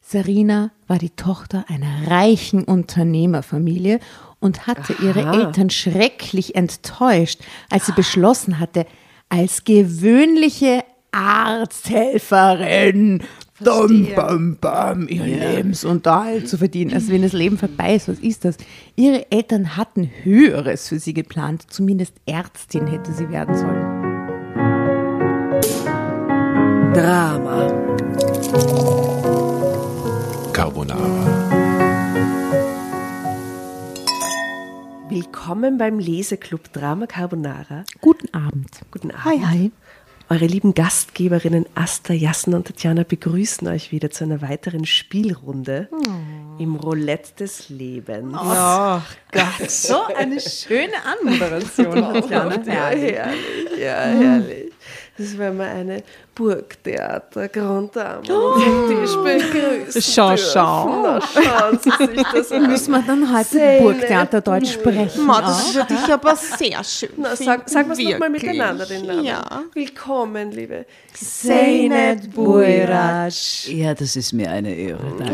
Sarina war die Tochter einer reichen Unternehmerfamilie und hatte ihre Eltern schrecklich enttäuscht, als sie beschlossen hatte, als gewöhnliche Arzthelferin ihren Lebensunterhalt zu verdienen. Also wenn das Leben vorbei ist, was ist das? Ihre Eltern hatten Höheres für sie geplant, zumindest Ärztin hätte sie werden sollen. Drama. Carbonara. Willkommen beim Leseclub Drama Carbonara. Guten Abend. Guten Abend. Hi, hi. Eure lieben Gastgeberinnen Asta, Jasna und Tatjana begrüßen euch wieder zu einer weiteren Spielrunde im Roulette des Lebens. Oh Gott, so eine schöne Anmoderation, Tatjana. Herrlich. Das war mal eine Burgtheater Grand Dame am Tisch begrüßen Schau. Na, schauen Sie sich das an. Müssen wir dann heute Seine Burgtheater Deutsch sprechen? Das ist für dich aber sehr schön. Na, sagen wir es nochmal miteinander, den Namen. Ja. Willkommen, liebe Zeynep Boyrac. Ja, das ist mir eine Ehre. Danke.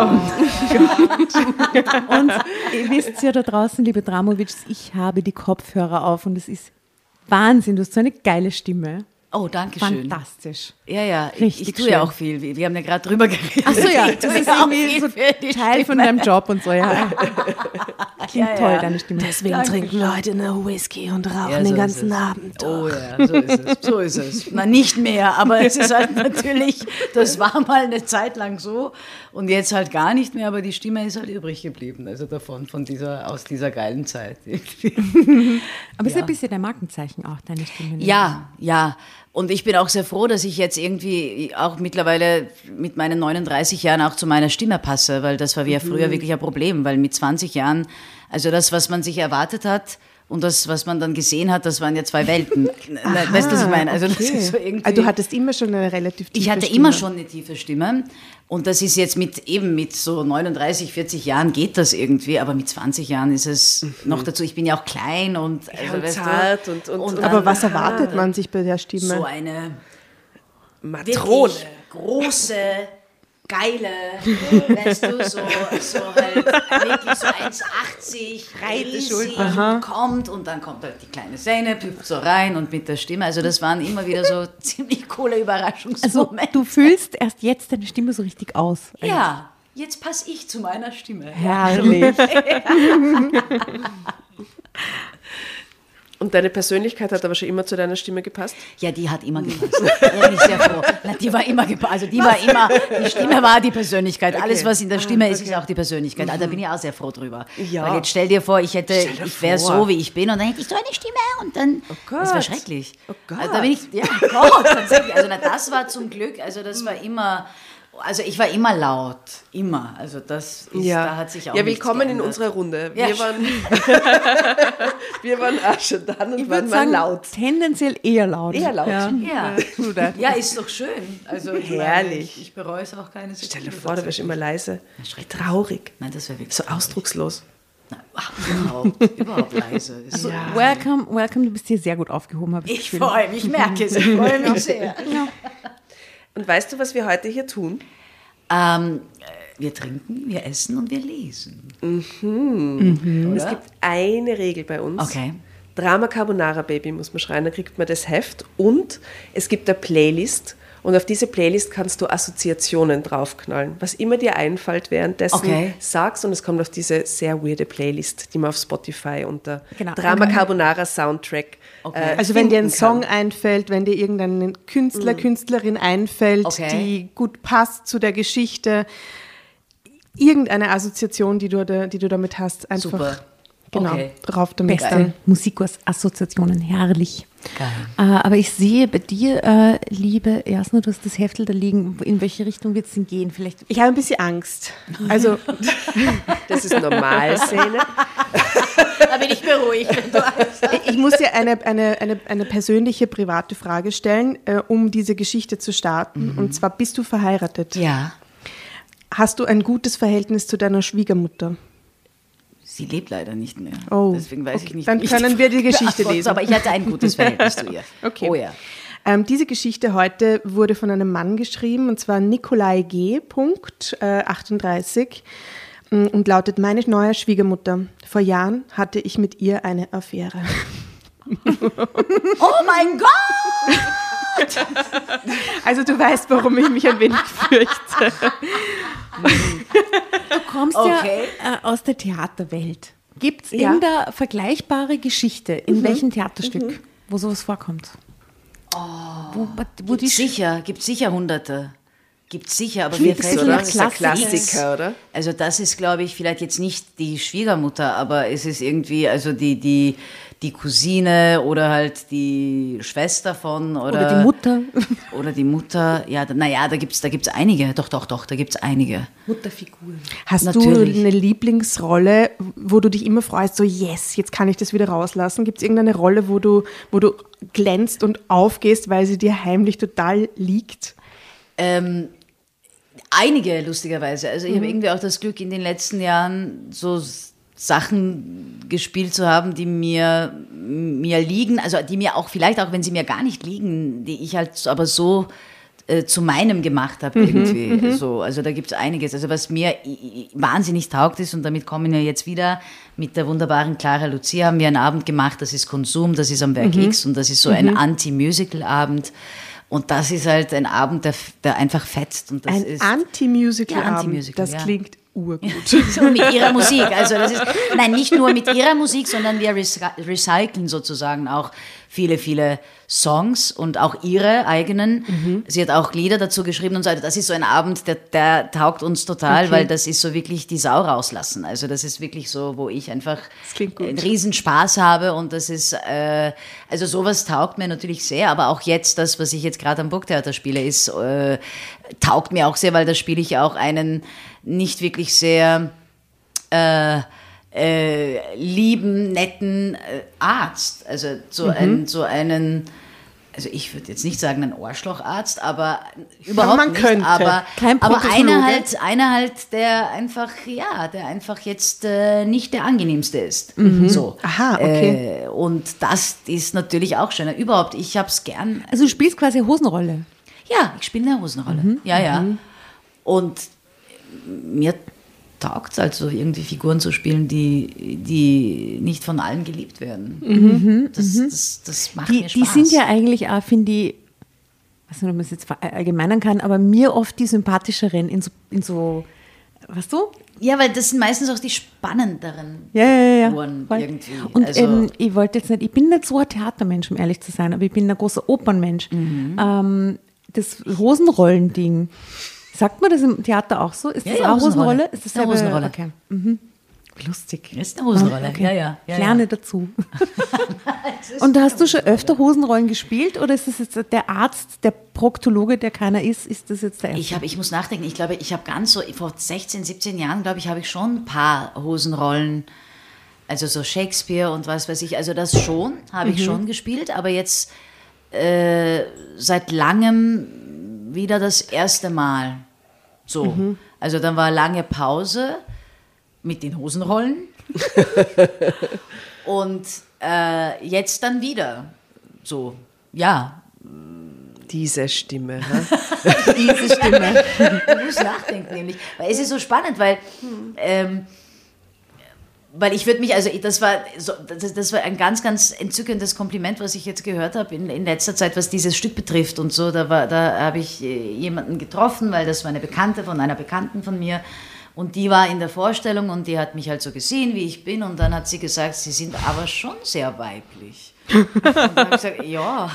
Und ihr wisst ja da draußen, liebe Dramovics, ich habe die Kopfhörer auf und es ist Wahnsinn, du hast so eine geile Stimme. Oh, danke schön. Fantastisch. Ja, Richtig ich tue schön. ja auch viel. Wir haben ja gerade drüber geredet. Ach so, ja, Ich das tue ist ja auch irgendwie viel so für die Teil von Stimme. deinem Job und so, ja. Klingt Ja, toll, ja. deine Stimme. Deswegen trinken wir heute nur Whisky und rauchen Ja, so den ist ganzen es. Abend. Oh ja, so ist es. Na, nicht mehr, aber es ist halt natürlich, das war mal eine Zeit lang so und jetzt halt gar nicht mehr, aber die Stimme ist halt übrig geblieben, also aus dieser geilen Zeit. Aber es ist ein bisschen dein Markenzeichen auch, deine Stimme. Ne? Ja. Und ich bin auch sehr froh, dass ich jetzt irgendwie auch mittlerweile mit meinen 39 Jahren auch zu meiner Stimme passe, weil das war ja früher wirklich ein Problem, weil mit 20 Jahren, also das, was man sich erwartet hat und das, was man dann gesehen hat, das waren ja zwei Welten. Weißt du, was ich meine? Also das ist so irgendwie, Also du hattest immer schon eine relativ tiefe ich hatte Stimme. immer schon eine tiefe Stimme und das ist jetzt mit so 39, 40 Jahren geht das irgendwie, aber mit 20 Jahren ist es noch dazu, ich bin ja auch klein und, und weißt du, zart und Aber was erwartet man sich bei der Stimme? so eine Matrone. wirklich große, geile, weißt du, so halt wirklich so 1,80, riesig, kommt und dann kommt halt die kleine Zeynep, hüpft so rein und mit der Stimme, also das waren immer wieder so ziemlich coole Also Überraschungsmomente. du fühlst erst jetzt deine Stimme so richtig aus. Ja, jetzt passe ich zu meiner Stimme. Herrlich. Und deine Persönlichkeit hat aber schon immer zu deiner Stimme gepasst? Ja, die hat immer gepasst. Da bin ich sehr froh. Na, die war immer gepasst. Also die Stimme war die Persönlikeit. Alles, was in der Stimme ist, ist auch die Persönlichkeit. Also da bin ich auch sehr froh drüber. Ja. Weil jetzt stell dir vor, ich wäre vor. so, wie ich bin und dann hätte ich so eine Stimme und dann, Gott. das war schrecklich. Oh Gott. Also da bin ich, ja, Gott, tatsächlich. Also das war zum Glück, also das war immer, also ich war immer laut, immer. Also das ist, da hat sich auch Ja, nichts willkommen in geändert. unserer Runde. Ja, Wir waren auch schon dann und Ich waren würde mal sagen, laut. tendenziell eher laut. Eher laut. Ja. True that. Ja, ist doch schön. Also ich Herrlich. Meine, ich bereue es auch keine Sekunde. Stell dir vor, du wärst immer leise. schrecklich. Traurig. Nein, das wäre wirklich So ausdruckslos. Nein, überhaupt leise. Das Also, welcome, du bist hier sehr gut aufgehoben, habe ich ich das Gefühl. freue mich, ich merke es, ich freue mich sehr. Und weißt du, was wir heute hier tun? Wir trinken, wir essen und wir lesen. Es gibt eine Regel bei uns. Okay. Drama Carbonara Baby muss man schreien, dann kriegt man das Heft. Und es gibt eine Playlist. Und auf diese Playlist kannst du Assoziationen draufknallen. Was immer dir einfällt währenddessen, sagst. Und es kommt auf diese sehr weirde Playlist, die man auf Spotify unter Genau. Drama Carbonara Soundtrack Also wenn dir ein finden Song kann. einfällt, wenn dir irgendein Künstler, Künstlerin einfällt, die gut passt zu der Geschichte, irgendeine Assoziation, die du damit hast, einfach Super. genau, Okay. drauf damit Beste dann. Musikassoziationen, herrlich. Geil. Aber ich sehe bei dir, liebe Jasna, du hast das Heftel da liegen. In welche Richtung wird es denn gehen? Vielleicht. Ich habe ein bisschen Angst. Also Das ist Normalszene. Da bin ich beruhigt. Wenn du ich muss dir eine persönliche, private Frage stellen, um diese Geschichte zu starten. Und zwar, bist du verheiratet? ja, Hast du ein gutes Verhältnis zu deiner Schwiegermutter? sie lebt leider nicht mehr. Oh, Deswegen weiß ich okay. nicht. Dann wie ich können wir die Geschichte beantworten lesen. soll, Aber ich hatte ein gutes Verhältnis zu ihr. Okay. Oh ja. Diese Geschichte heute wurde von einem Mann geschrieben, und zwar Nikolai G. 38 und lautet: Meine neue Schwiegermutter. Vor Jahren hatte ich mit ihr eine Affäre. Oh mein Gott! Also du weißt, warum ich mich ein wenig fürchte. Du kommst ja aus der Theaterwelt. Gibt es irgendeine vergleichbare Geschichte in welchem Theaterstück, wo sowas vorkommt? Gibt sicher Hunderte. Gibt sicher, aber mir fällt das ist ein Klassiker, oder? Also das ist, glaube ich, vielleicht jetzt nicht die Schwiegermutter, aber es ist irgendwie, also die Cousine oder halt die Schwester von Oder die Mutter. Oder die Mutter, ja, da gibt's einige, doch, da gibt's einige. Mutterfiguren. Hast Natürlich. du eine Lieblingsrolle, wo du dich immer freust, so yes, jetzt kann ich das wieder rauslassen? Gibt es irgendeine Rolle, wo du glänzt und aufgehst, weil sie dir heimlich total liegt? Einige, lustigerweise. Also ich habe irgendwie auch das Glück, in den letzten Jahren so Sachen gespielt zu haben, die mir liegen, also die mir auch, vielleicht auch wenn sie mir gar nicht liegen, die ich halt aber so zu meinem gemacht habe irgendwie. So, also da gibt es einiges. Also was mir wahnsinnig taugt ist, und damit kommen wir jetzt wieder mit der wunderbaren Clara Lucia, haben wir einen Abend gemacht, das ist Konsum, das ist am Werk X, und das ist so ein Anti-Musical-Abend. Und das ist halt ein Abend, der einfach fetzt. Und das ein ist Anti-Musical-Abend, Anti-Musical, das klingt urgut. So mit ihrer Musik. Also das ist, nein, nicht nur mit ihrer Musik, sondern wir recyceln sozusagen auch viele, viele Songs und auch ihre eigenen. Sie hat auch Lieder dazu geschrieben und so. Also das ist so ein Abend, der taugt uns total, weil das ist so wirklich die Sau rauslassen. Also das ist wirklich so, wo ich einfach einen Riesenspaß habe, und das ist, also sowas taugt mir natürlich sehr, aber auch jetzt das, was ich jetzt gerade am Burgtheater spiele, ist, taugt mir auch sehr, weil da spiele ich auch einen nicht wirklich sehr lieben, netten Arzt. Also einen, also ich würde jetzt nicht sagen einen Arschlocharzt, aber überhaupt man nicht. Könnte. Aber Kein einer halt, der einfach jetzt nicht der angenehmste ist. So. Aha, okay. Und das ist natürlich auch schön. Überhaupt, ich habe es gern. Also du spielst quasi eine Hosenrolle. Ja, ich spiele eine Hosenrolle. Ja. Und mir taugt es also irgendwie Figuren zu spielen, die nicht von allen geliebt werden. Das macht mir Spaß. Die sind ja eigentlich auch, finde ich, ich weiß nicht, ob man es jetzt verallgemeinern kann, aber mir oft die sympathischeren in so, weißt du? Ja, weil das sind meistens auch die spannenderen Figuren irgendwie. Und also, ich wollte jetzt nicht, ich bin nicht so ein Theatermensch, um ehrlich zu sein, aber ich bin ein großer Opernmensch. Das Hosenrollending, sagt man das im Theater auch so? Ist das auch Hosenrolle? Ist das eine Hosenrolle. Okay. Lustig. Ist eine Hosenrolle, okay. Ja. Ich lerne dazu. Und hast du schon öfter Hosenrollen gespielt, oder ist das jetzt der Arzt, der Proktologe, der keiner ist das jetzt der erste? Ich muss nachdenken, ich glaube, ich habe ganz so, vor 16, 17 Jahren, glaube ich, habe ich schon ein paar Hosenrollen, also so Shakespeare und was weiß ich, also das schon, habe ich schon gespielt, aber jetzt seit langem wieder das erste Mal. So, also dann war lange Pause mit den Hosenrollen und jetzt dann wieder. So, ja. Diese Stimme. Diese Stimme. Ich muss nachdenken nämlich, weil es ist so spannend, weil ich würde mich, also das war ein ganz, ganz entzückendes Kompliment, was ich jetzt gehört habe in letzter Zeit, was dieses Stück betrifft und so. Da habe ich jemanden getroffen, weil das war eine Bekannte von einer Bekannten von mir, und die war in der Vorstellung und die hat mich halt so gesehen, wie ich bin, und dann hat sie gesagt, Sie sind aber schon sehr weiblich. Und dann habe ich gesagt, ja.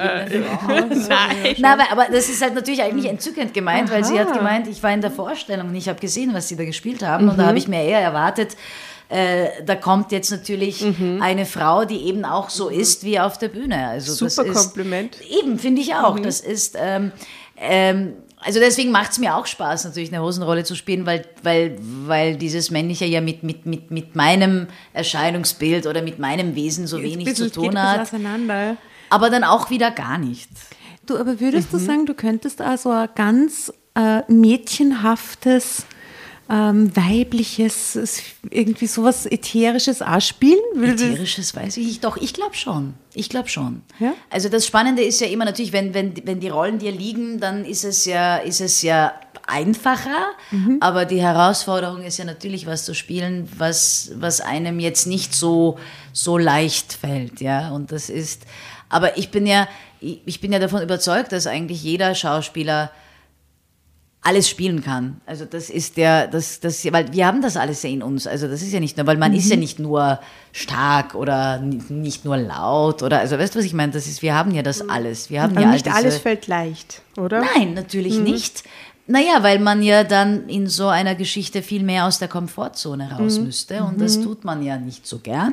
Nein, aber das ist halt natürlich eigentlich entzückend gemeint, weil sie hat gemeint, ich war in der Vorstellung und ich habe gesehen, was sie da gespielt haben, und da habe ich mir eher erwartet, da kommt jetzt natürlich eine Frau, die eben auch so ist wie auf der Bühne. Also super das ist, Kompliment. Eben, finde ich auch. Das ist, also deswegen macht es mir auch Spaß, natürlich eine Hosenrolle zu spielen, weil dieses Männliche ja mit meinem Erscheinungsbild oder mit meinem Wesen so wenig zu tun hat. Aber dann auch wieder gar nicht. Du, aber würdest du sagen, du könntest also ein ganz mädchenhaftes weibliches, irgendwie sowas Ätherisches auch spielen? Ätherisches weiß ich nicht. Doch, ich glaube schon. Ja? Also das Spannende ist ja immer natürlich, wenn die Rollen dir liegen, dann ist es ja einfacher, aber die Herausforderung ist ja natürlich, was zu spielen, was einem jetzt nicht so leicht fällt, ja, und das ist, aber ich bin ja davon überzeugt, dass eigentlich jeder Schauspieler alles spielen kann. Also das ist weil wir haben das alles ja in uns. Also das ist ja nicht nur, weil man ist ja nicht nur stark oder nicht nur laut oder, also weißt du, was ich meine? Wir haben ja das alles. Wir haben Aber ja nicht alles fällt leicht, oder? Nein, natürlich nicht. Naja, weil man ja dann in so einer Geschichte viel mehr aus der Komfortzone raus müsste und das tut man ja nicht so gern.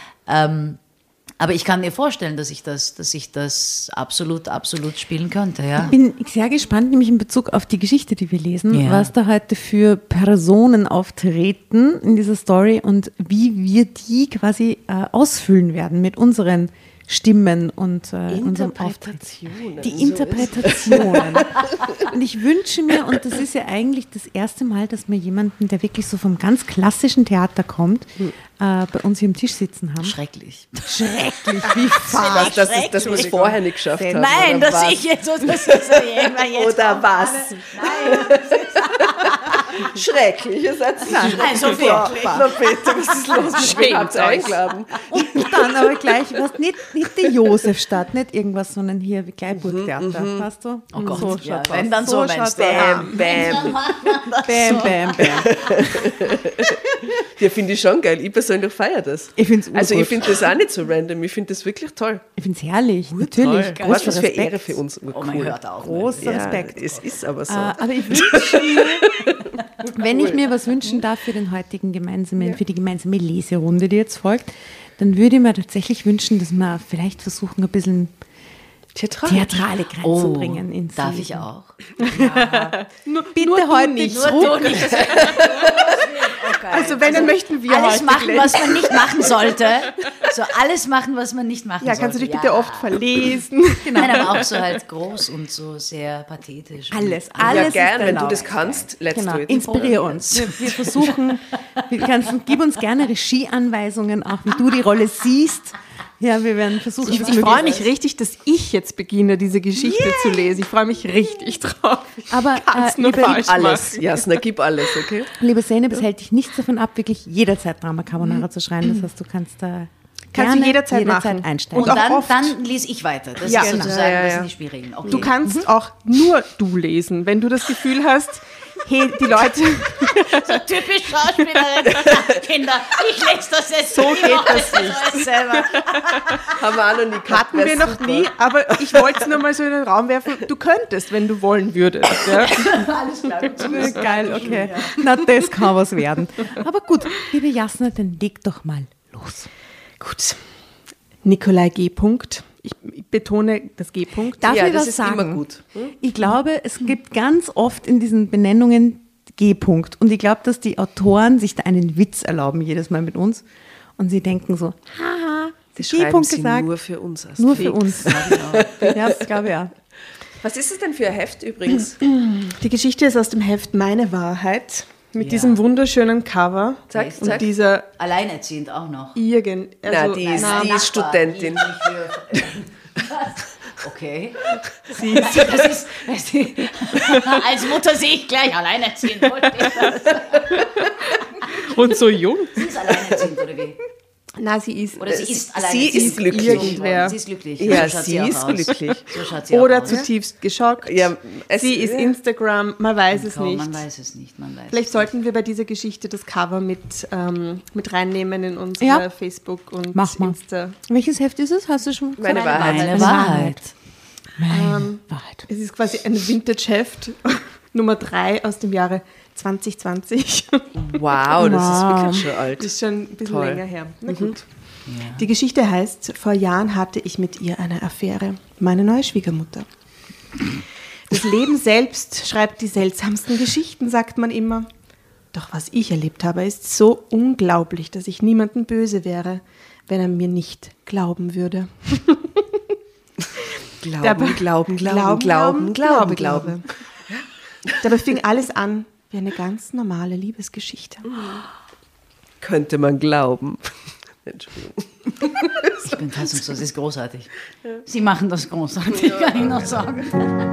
Aber ich kann mir vorstellen, dass ich das absolut spielen könnte, ja. Ich bin sehr gespannt, nämlich in Bezug auf die Geschichte, die wir lesen, Ja. was da heute für Personen auftreten in dieser Story und wie wir die quasi ausfüllen werden mit unseren Stimmen und unserem Auftritt. Die Interpretationen. Und ich wünsche mir, und das ist ja eigentlich das erste Mal, dass wir jemanden, der wirklich so vom ganz klassischen Theater kommt, bei uns hier am Tisch sitzen haben. Schrecklich. Schrecklich, wie fad. Dass wir es vorher nicht geschafft haben. Nein, oder dass was? ich jetzt so, das ist ja jetzt Oder was? Nein, Schrecklich, ihr seid also wirklich. Na bitte, was ist los? Wir habt eingeladen. Und dann aber gleich, was nicht die Josefstadt, nicht irgendwas, sondern hier wie Kleinburgtheater, weißt du? Oh Gott, so ja, schaut's wenn aus. dann so, schaut's meinst du. aus. Bam. Bam, bam, bam. Ja, finde ich schon geil. Ich persönlich feiere das. Ich finde es Also ich finde das auch nicht so random. Ich finde das wirklich toll. Ich finde es herrlich, natürlich. Toll. Großer Was für Respekt. Ehre für uns. Oh mein Gott, auch. Großer Ja, Respekt. es ist aber so. Aber ich wünsche mir, wenn ich mir was wünschen darf für den heutigen für die gemeinsame Leserunde, die jetzt folgt, dann würde ich mir tatsächlich wünschen, dass wir vielleicht versuchen, ein bisschen Theatralik reinzubringen ins Darf Leben. ich auch? Bitte heute nicht Druck. Also wenn, dann möchten wir Alles heute machen, glänzen. was man nicht machen sollte. So alles machen, was man nicht machen Ja, sollte. kannst du dich bitte oft verlesen? Nein, aber auch so halt groß und so sehr pathetisch. Alles Ja, ist gern, wenn du erlaubt. das kannst, let's Genau, do it. inspiriere uns. Wir versuchen, gib uns gerne Regieanweisungen, auch wie du die Rolle siehst. Ja, wir werden versuchen, Ich freue mich richtig, dass ich jetzt beginne, diese Geschichte zu lesen. Ich freue mich richtig drauf. Aber Kann's nur falsch Alles, machen. Jasna, gib alles, okay? liebe Zeynep, es hält dich nichts davon ab, wirklich jederzeit Drama Carbonara zu schreiben. Das heißt, du kannst da Kannst du gerne jederzeit machen. einsteigen. Und auch dann, oft. dann lese ich weiter. Das Ja, ist genau. sozusagen, Ja, das ja. sind die Spielregeln. Okay. Du kannst auch nur du lesen, wenn du das Gefühl hast, hey, die Leute, typisch Schauspielerin. Kinder, ich lese das jetzt So geht das nicht. Selber. Haben wir auch noch nie gehabt. hatten wir wär's noch super. nie, aber ich wollte es nur mal so in den Raum werfen. Du könntest, wenn du wollen würdest. Ja? Alles klar. Geil, okay. Na, das kann was werden. Aber gut, liebe Jasna, dann leg doch mal los. Gut. Nikolai G. Ich betone das G. Darf Ja, ich das was ist sagen? immer gut. Ich glaube, es gibt ganz oft in diesen Benennungen G-Punkt. Und ich glaube, dass die Autoren sich da einen Witz erlauben, jedes Mal mit uns. Und sie denken so, haha, Die G-Punkt schreiben sie gesagt. nur für uns. Astrid. Nur für uns. Ja, das glaube ich auch. Was ist es denn für ein Heft übrigens? Die Geschichte ist aus dem Heft Meine Wahrheit mit Ja. diesem wunderschönen Cover Zack, und zack. dieser Alleinerziehend auch noch. Na, die ist Nachbar, Studentin. die nicht für- Okay. Das ist, als Mutter sehe ich gleich alleinerziehend. und so jung. Sie ist alleinerziehend, oder wie? Na, sie ist. Oder sie ist Sie alleinerziehend. ist glücklich. Irgendwer. Sie ist glücklich. Ja, So schaut sie auch ist aus. glücklich. So schaut sie Oder auch aus. zutiefst geschockt. Ja, sie ist Instagram, man weiß es Kaum, nicht. Man weiß es nicht. Man weiß Vielleicht sollten wir bei dieser Geschichte das Cover mit reinnehmen in unsere Ja. Facebook und Mach mal. Insta. Welches Heft ist es? Hast du schon gesagt? Meine Wahrheit. Meine Wahrheit. Wahrheit. Es ist quasi ein Vintage-Heft, Nummer 3 aus dem Jahre 2020. Wow, das ist Wow. wirklich schon alt. Das ist schon ein bisschen Toll. länger her. Na gut. Die Geschichte heißt, vor Jahren hatte ich mit ihr eine Affäre. Meine neue Schwiegermutter. Das Leben selbst schreibt die seltsamsten Geschichten, sagt man immer. Doch was ich erlebt habe, ist so unglaublich, dass ich niemandem böse wäre, wenn er mir nicht glauben würde. Glauben. Glaube. Dabei fing alles an wie eine ganz normale Liebesgeschichte. Könnte man glauben. Entschuldigung. Ich bin fassungslos, das ist großartig. Ja. Sie machen das großartig, kann ich noch sagen.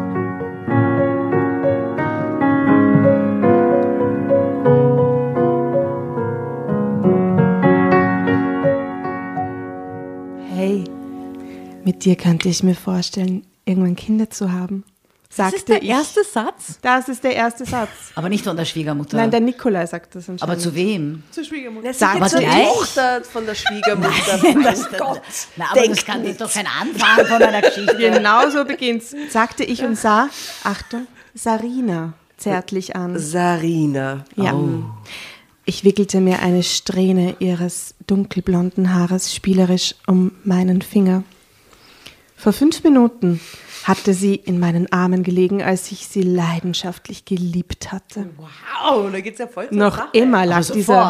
Hey, mit dir könnte ich mir vorstellen, irgendwann Kinder zu haben. Das ist der erste Satz? Das ist der erste Satz. Aber nicht von der Schwiegermutter. Nein, der Nikolai sagt das anscheinend. Aber zu wem? Zur Schwiegermutter. Das ist zur Tochter von der Schwiegermutter. Mein Gott. Na, aber das kann doch kein Anfang von einer Geschichte. Genau so beginnt's. Sagte ich und sah, Achtung, Sarina zärtlich an. Sarina. Ja. Oh. Ich wickelte mir eine Strähne ihres dunkelblonden Haares spielerisch um meinen Finger. Vor 5 Minuten hatte sie in meinen Armen gelegen, als ich sie leidenschaftlich geliebt hatte. Wow, da geht's ja voll zur Noch Sache. immer lag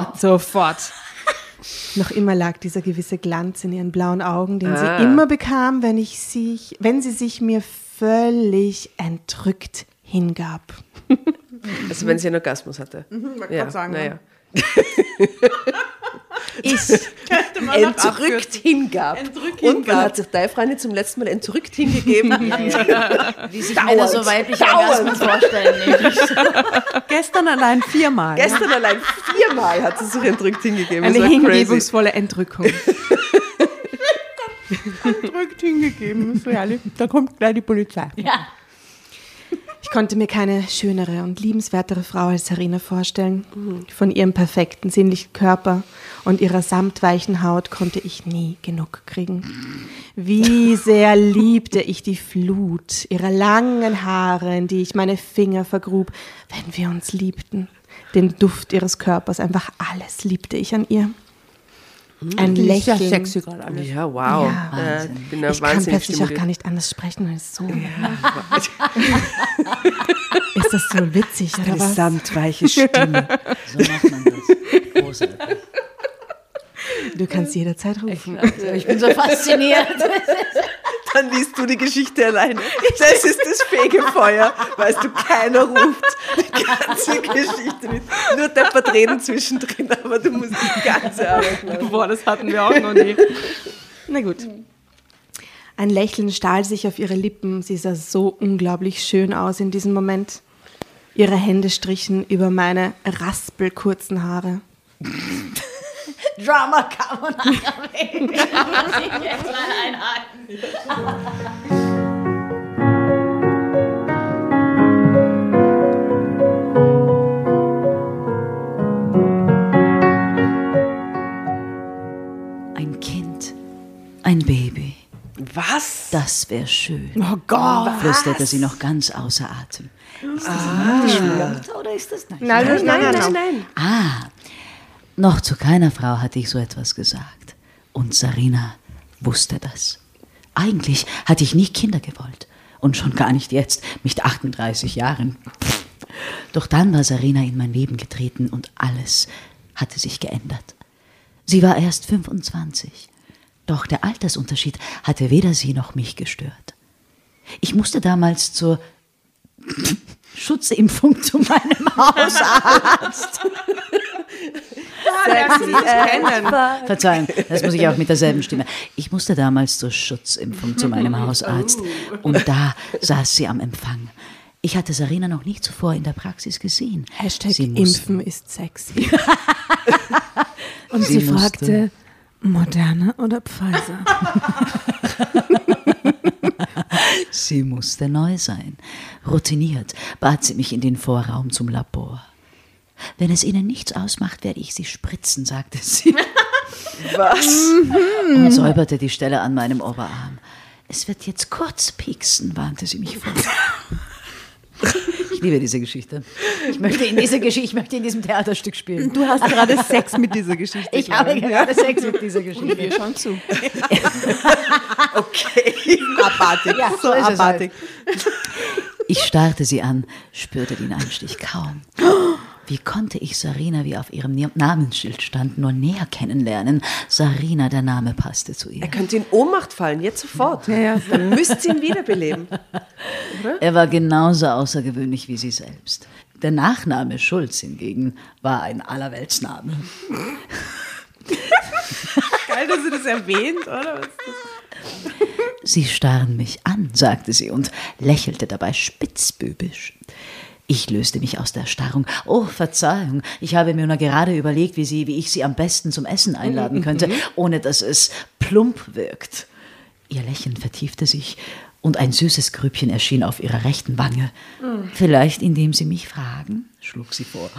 Noch immer lag dieser gewisse Glanz in ihren blauen Augen, den sie immer bekam, wenn sie sich mir völlig entrückt hingab. Also wenn sie einen Orgasmus hatte. Man kann sagen. Naja. Entrückt hingab. Und wann hat sich deine Freundin zum letzten Mal entrückt hingegeben? Wie sich Männer so weibliche Orgasmen vorstellen. Gestern allein 4-mal. Gestern allein 4-mal hat sie sich entrückt hingegeben. Eine hingebungsvolle Entrückung. Entrückt hingegeben, so herrlich. Da kommt gleich die Polizei. Ja. Ich konnte mir keine schönere und liebenswertere Frau als Sarina vorstellen. Von ihrem perfekten, sinnlichen Körper und ihrer samtweichen Haut konnte ich nie genug kriegen. Wie sehr liebte ich die Flut ihrer langen Haare, in die ich meine Finger vergrub, wenn wir uns liebten. Den Duft ihres Körpers, einfach alles liebte ich an ihr. Ein Lächeln. Ja sexy gerade alles. Ja, wow. Ja, ich kann plötzlich auch gar nicht anders sprechen als so. Ja. Ist das so witzig, oder eine was? samtweiche Stimme. So macht man das. Großartig. Du kannst jederzeit rufen. Ich bin so fasziniert. Dann liest du die Geschichte alleine. Das ist das Fegefeuer. Weißt du, keiner ruft die ganze Geschichte mit. Nur deppert reden zwischendrin, aber du musst die ganze Arbeit machen. Boah, das hatten wir auch noch nie. Na gut. Ein Lächeln stahl sich auf ihre Lippen. Sie sah so unglaublich schön aus in diesem Moment. Ihre Hände strichen über meine raspelkurzen Haare. Drama kann man nachher muss ich jetzt mal einhaken. Ein Kind, ein Baby. Was? Das wäre schön. Oh Gott. Flüsterte sie noch ganz außer Atem. Ist das die Schwiegermutter oder ist das nicht? Nein. Noch zu keiner Frau hatte ich so etwas gesagt. Und Sarina wusste das. Eigentlich hatte ich nie Kinder gewollt. Und schon gar nicht jetzt, mit 38 Jahren. Doch dann war Sarina in mein Leben getreten und alles hatte sich geändert. Sie war erst 25. Doch der Altersunterschied hatte weder sie noch mich gestört. Ich musste damals zur Schutzimpfung zu meinem Hausarzt. Verzeihung, das muss ich auch mit derselben Stimme. Ich musste damals zur Schutzimpfung zu meinem Hausarzt. Und da saß sie am Empfang. Ich hatte Sarina noch nie zuvor in der Praxis gesehen. # Impfen ist sexy. Und sie fragte, Moderna oder Pfizer? Sie musste neu sein. Routiniert bat sie mich in den Vorraum zum Labor. Wenn es Ihnen nichts ausmacht, werde ich Sie spritzen, sagte sie. Was? Und säuberte die Stelle an meinem Oberarm. Es wird jetzt kurz pieksen, warnte sie mich vor. Ich liebe diese Geschichte. Ich möchte in diesem Theaterstück spielen. Du hast gerade Sex mit dieser Geschichte. Ich habe gerade Sex mit dieser Geschichte. Wir schauen zu. Okay. abartig. Ja, So ist es abartig. Ich starrte sie an, spürte den Einstich kaum. Wie konnte ich Sarina, wie auf ihrem Namensschild stand, nur näher kennenlernen? Sarina, der Name passte zu ihr. Er könnte in Ohnmacht fallen, jetzt sofort. Ja. Dann müsst ihr ihn wiederbeleben. Er war genauso außergewöhnlich wie sie selbst. Der Nachname Schulz hingegen war ein Allerweltsname. Geil, dass sie das erwähnt, oder? Sie starren mich an, sagte sie und lächelte dabei spitzbübisch. Ich löste mich aus der Starrung. Oh, Verzeihung, ich habe mir nur gerade überlegt, wie ich sie am besten zum Essen einladen könnte, ohne dass es plump wirkt. Ihr Lächeln vertiefte sich und ein süßes Grübchen erschien auf ihrer rechten Wange. Vielleicht, indem Sie mich fragen, schlug sie vor.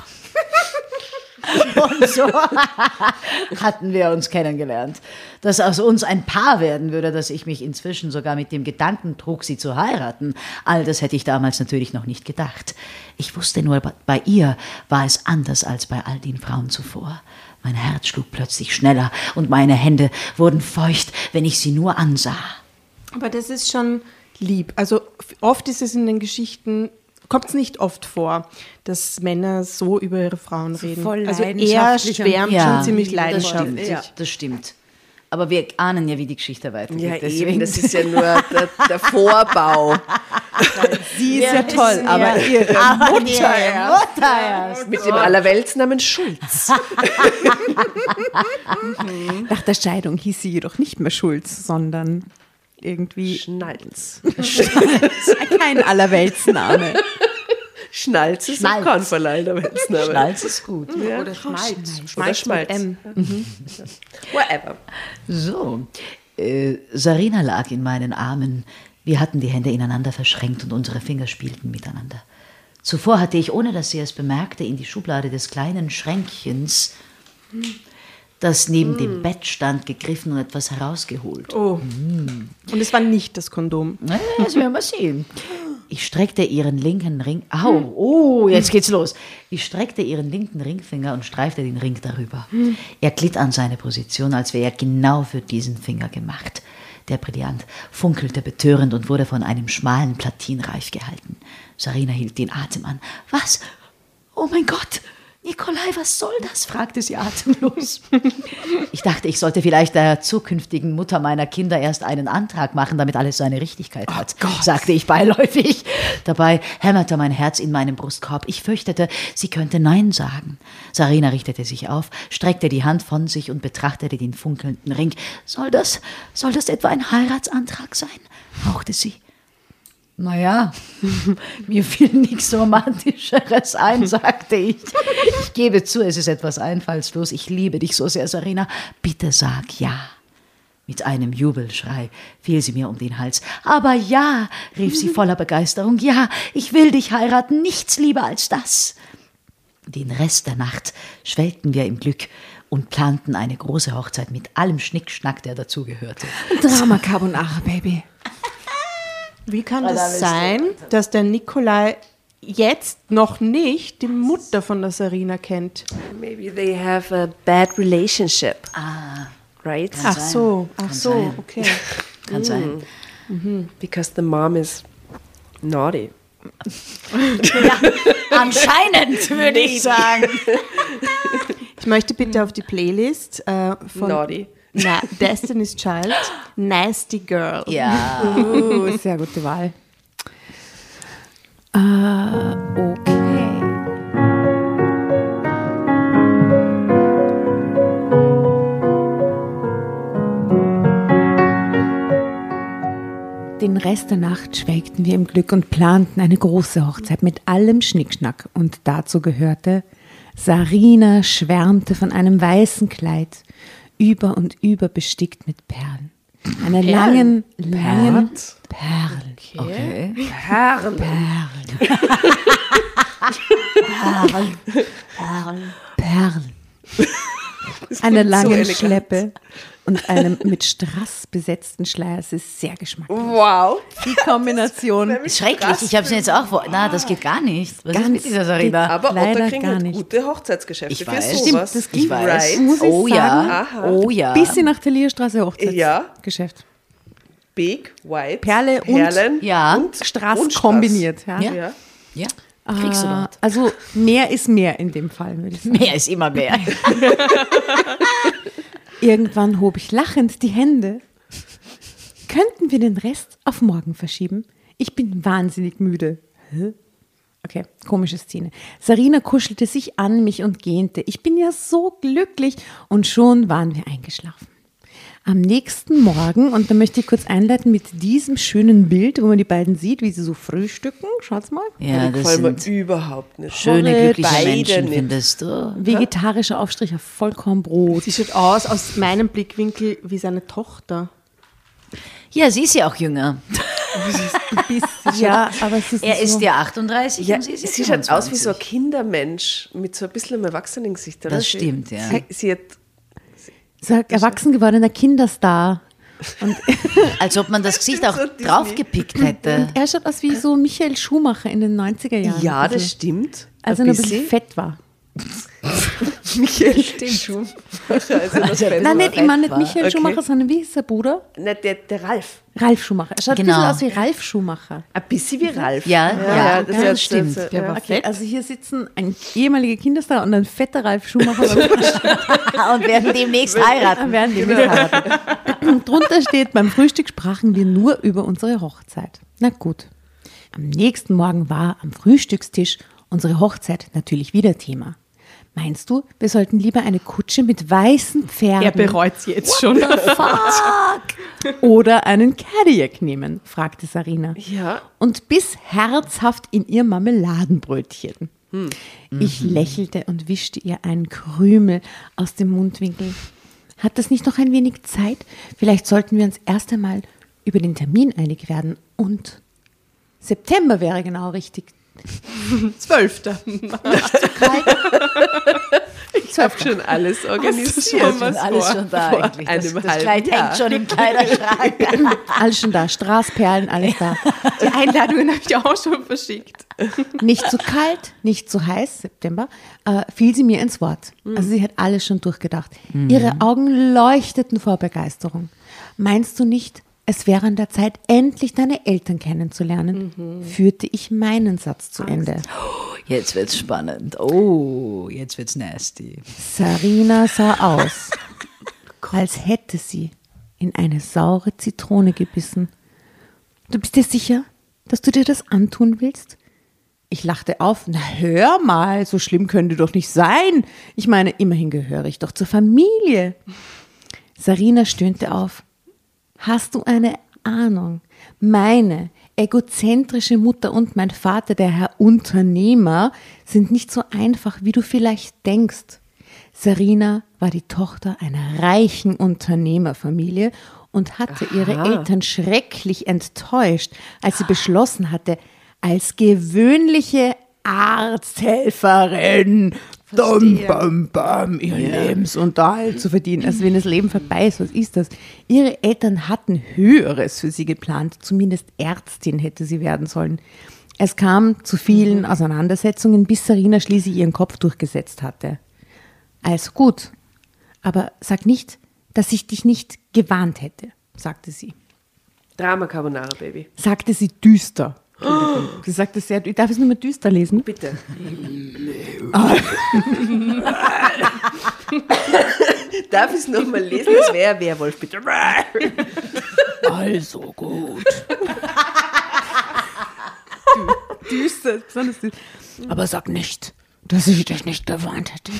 Und so hatten wir uns kennengelernt. Dass aus uns ein Paar werden würde, dass ich mich inzwischen sogar mit dem Gedanken trug, sie zu heiraten. All das hätte ich damals natürlich noch nicht gedacht. Ich wusste nur, bei ihr war es anders als bei all den Frauen zuvor. Mein Herz schlug plötzlich schneller und meine Hände wurden feucht, wenn ich sie nur ansah. Aber das ist schon lieb. Also oft ist es in den Geschichten, kommt es nicht oft vor, dass Männer so über ihre Frauen reden. Voll also er schwärmt schon ziemlich Das leidenschaftlich. stimmt, ja. Das stimmt. Aber wir ahnen ja, wie die Geschichte weitergeht. Ja, deswegen. eben, das ist ja nur der Vorbau. Sie ist ja toll, aber ihre Mutter erst. Mit dem Allerweltsnamen Schulz. Nach der Scheidung hieß sie jedoch nicht mehr Schulz, sondern irgendwie Schnalz. kein Allerweltsname. Schnalz ist auch kein Allerweltsname. Schnalz ist gut. Ja. Oder Schmalz. Oder Schmalz. M. Whatever. So, Sarina lag in meinen Armen. Wir hatten die Hände ineinander verschränkt und unsere Finger spielten miteinander. Zuvor hatte ich, ohne dass sie es bemerkte, in die Schublade des kleinen Schränkchens, das neben dem Bett stand, gegriffen und etwas herausgeholt. Oh. Und es war nicht das Kondom. Das werden wir sehen. Ich streckte ihren linken Ring... Au, oh, jetzt geht's los. Ich streckte ihren linken Ringfinger und streifte den Ring darüber. Er glitt an seine Position, als wäre er genau für diesen Finger gemacht. Der Brillant funkelte betörend und wurde von einem schmalen Platinreif gehalten. Sarina hielt den Atem an. Was? Oh mein Gott! Nikolai, was soll das? Fragte sie atemlos. Ich dachte, ich sollte vielleicht der zukünftigen Mutter meiner Kinder erst einen Antrag machen, damit alles seine Richtigkeit hat, sagte ich beiläufig. Dabei hämmerte mein Herz in meinem Brustkorb. Ich fürchtete, sie könnte Nein sagen. Sarina richtete sich auf, streckte die Hand von sich und betrachtete den funkelnden Ring. Soll das etwa ein Heiratsantrag sein? hauchte sie. Naja, mir fiel nichts Romantischeres ein, sagte ich. Ich gebe zu, es ist etwas einfallslos. Ich liebe dich so sehr, Sarina. Bitte sag ja. Mit einem Jubelschrei fiel sie mir um den Hals. Aber ja, rief sie voller Begeisterung. Ja, ich will dich heiraten. Nichts lieber als das. Den Rest der Nacht schwelgten wir im Glück und planten eine große Hochzeit mit allem Schnickschnack, der dazugehörte. Drama Carbonara, Baby. Wie kann das sein, dass der Nikolai jetzt noch nicht die Mutter von der Sarina kennt? Maybe they have a bad relationship. Right? Ach so, sein. okay. Kann sein. Because the mom is naughty. Ja, anscheinend, würde ich sagen. Ich möchte bitte auf die Playlist von Naughty. Destiny's Child, Nasty Girl. Ja. Sehr gute Wahl. Okay. Den Rest der Nacht schwelgten wir im Glück und planten eine große Hochzeit mit allem Schnickschnack. Und dazu gehörte, Sarina schwärmte von einem weißen Kleid, über und über bestickt mit Perlen. Eine langen Perlen. Okay. Perlen. Perlen. Eine lange so Schleppe und einem mit Strass besetzten Schleier. Es ist sehr geschmacklos. Wow. Die Kombination. Schrecklich, ich habe es jetzt auch vor. Na, das geht gar nicht. Was ist mit dieser Sarina? Aber Leider Otto kriegt gar halt nicht. gute Hochzeitsgeschäfte Ich für weiß. sowas. Das Ich weiß. Right. Muss ich Oh ja. sagen, Aha. Oh ja. bisschen nach Thalierstraße Hochzeitsgeschäft. Big, white, Perlen Ja. und Strass und kombiniert. Ja. Ja. Ja. Kriegst du dort. Also mehr ist mehr in dem Fall, würde ich sagen. Mehr ist immer mehr. Irgendwann hob ich lachend die Hände. Könnten wir den Rest auf morgen verschieben? Ich bin wahnsinnig müde. Hä? Okay, komische Szene. Sarina kuschelte sich an mich und gähnte. Ich bin ja so glücklich. Und schon waren wir eingeschlafen. Am nächsten Morgen, und da möchte ich kurz einleiten mit diesem schönen Bild, wo man die beiden sieht, wie sie so frühstücken. Schaut's mal. Ja, das gefallen sind mir überhaupt nicht. schöne, glückliche Beide Menschen, nicht. findest du? Vegetarischer Aufstrich auf Vollkornbrot. Sie schaut aus meinem Blickwinkel, wie seine Tochter. Ja, sie ist ja auch jünger. Ja, aber es ist Er so. ist ja 38 Ja, und sie ist sie jetzt schaut aus wie 24. so ein Kindermensch mit so ein bisschen einem Erwachsenengesicht. Oder? Das stimmt, ja. Sie hat So ein erwachsen gewordener Kinderstar. Und Als ob man das Gesicht auch So Disney. draufgepickt hätte. er schaut aus wie so Michael Schumacher in den 90er Jahren. ja, Also, das stimmt. als er noch ein bisschen fett war. Michael Schumacher. Also das Nein, Nein, nicht, ich meine nicht war. Michael Okay. Schumacher, sondern wie ist der Bruder? Nein, der Ralf. Ralf Schumacher. Er schaut Genau. ein bisschen aus wie Ralf Schumacher. Ein bisschen wie Ralf. Ja, das das ist- stimmt. das- Der ja. war okay, also hier sitzen ein ehemaliger Kinderstar und ein fetter Ralf Schumacher. Und werden demnächst heiraten. werden die heiraten. Und drunter steht, beim Frühstück sprachen wir nur über unsere Hochzeit. Na gut. Am nächsten Morgen war am Frühstückstisch unsere Hochzeit natürlich wieder Thema. Meinst du, wir sollten lieber eine Kutsche mit weißen Pferden Er bereut es jetzt schon. oder einen Cadillac nehmen? Fragte Sarina. Ja. Und biss herzhaft in ihr Marmeladenbrötchen. Ich lächelte und wischte ihr einen Krümel aus dem Mundwinkel. Hat das nicht noch ein wenig Zeit? Vielleicht sollten wir uns erst einmal über den Termin einig werden. Und September wäre genau richtig. 12. Ich habe schon alles organisiert. schon was Alles vor? schon da Vor eigentlich. Das einem Kleid halben Jahr. hängt schon im Kleiderschrank. Alles schon da, Straßperlen, alles da. Die Einladungen habe ich auch schon verschickt. Nicht zu kalt, nicht zu heiß, September, fiel sie mir ins Wort. Also sie hat alles schon durchgedacht. Ihre Augen leuchteten vor Begeisterung. Meinst du nicht, es wäre an der Zeit, endlich deine Eltern kennenzulernen? Führte ich meinen Satz zu Ende. Jetzt wird's spannend. Oh, jetzt wird's nasty. Sarina sah aus, als hätte sie in eine saure Zitrone gebissen. Du bist dir sicher, dass du dir das antun willst? Ich lachte auf. Na, hör mal, so schlimm könnte doch nicht sein. Ich meine, immerhin gehöre ich doch zur Familie. Sarina stöhnte auf. Hast du eine Ahnung? Meine egozentrische Mutter und mein Vater, der Herr Unternehmer, sind nicht so einfach, wie du vielleicht denkst. Sarina war die Tochter einer reichen Unternehmerfamilie und hatte ihre Eltern schrecklich enttäuscht, als sie beschlossen hatte, als gewöhnliche Arzthelferin ihren Lebensunterhalt zu verdienen. Also wenn das Leben vorbei ist, was ist das? Ihre Eltern hatten Höheres für sie geplant, zumindest Ärztin hätte sie werden sollen. Es kam zu vielen Auseinandersetzungen, bis Sarina schließlich ihren Kopf durchgesetzt hatte. Also gut, aber sag nicht, dass ich dich nicht gewarnt hätte, sagte sie. Drama Carbonara, Baby. Sagte sie düster. Sie sagte sehr, ich darf es nur mal düster lesen. Bitte. Darf ich es nochmal lesen? Das wäre ein Werwolf, bitte. Also gut. Düster, besonders düster. Aber sag nicht, dass ich dich nicht gewarnt hätte.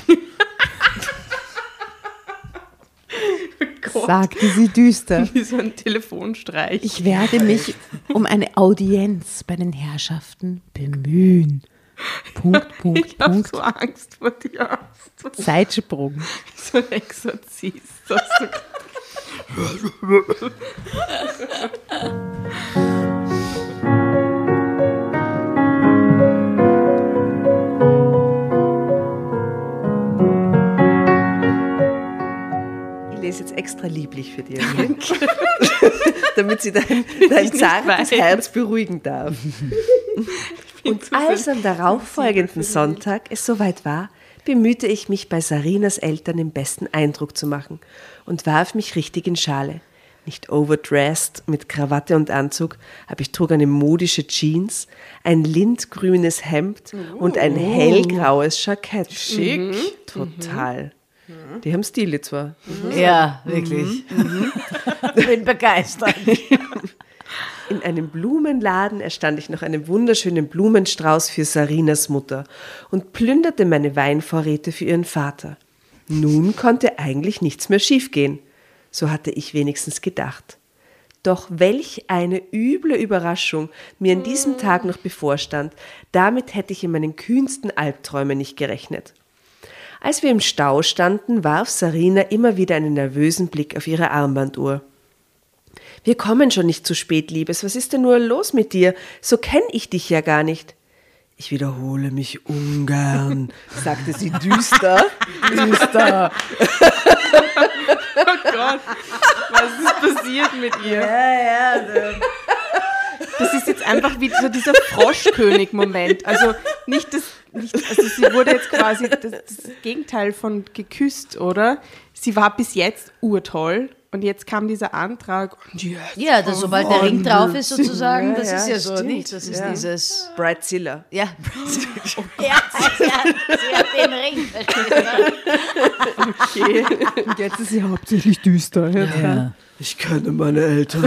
Sagte sie düster. Wie so ein Telefonstreich. Ich werde mich um eine Audienz bei den Herrschaften bemühen. Punkt, Punkt, Ich habe Punkt. so Angst vor dir. Zeitsprung. So ein Exorzist. Hast du Ich lese jetzt extra lieblich für dich, okay? Damit sie dein zartes Herz beruhigen darf. Und als am darauffolgenden Sonntag es soweit war, bemühte ich mich, bei Sarinas Eltern den besten Eindruck zu machen und warf mich richtig in Schale. Nicht overdressed, mit Krawatte und Anzug, aber ich trug eine modische Jeans, ein lindgrünes Hemd und ein hellgraues Jackett. Schick. Total. Die haben Stile zwar. Ja, wirklich. Bin begeistert. in einem Blumenladen erstand ich nach einem wunderschönen Blumenstrauß für Sarinas Mutter und plünderte meine Weinvorräte für ihren Vater. Nun konnte eigentlich nichts mehr schiefgehen. So hatte ich wenigstens gedacht. Doch welch eine üble Überraschung mir an diesem Tag noch bevorstand, damit hätte ich in meinen kühnsten Albträumen nicht gerechnet. Als wir im Stau standen, warf Sarina immer wieder einen nervösen Blick auf ihre Armbanduhr. »Wir kommen schon nicht zu spät, Liebes. Was ist denn nur los mit dir? So kenne ich dich ja gar nicht.« »Ich wiederhole mich ungern«, sagte sie düster. Düster. Oh Gott, was ist passiert mit ihr? Das ist jetzt einfach wie so dieser Froschkönig-Moment. Also also sie wurde jetzt quasi das Gegenteil von geküsst, oder? Sie war bis jetzt urtoll und jetzt kam dieser Antrag. Und ja, sobald der Ring drauf ist sozusagen, das ist ja so, stimmt. nicht? Das ist dieses... Bridezilla. Ja, sie hat den Ring. Okay. Und jetzt ist sie hauptsächlich düster. Ja. Ich kenne meine Eltern.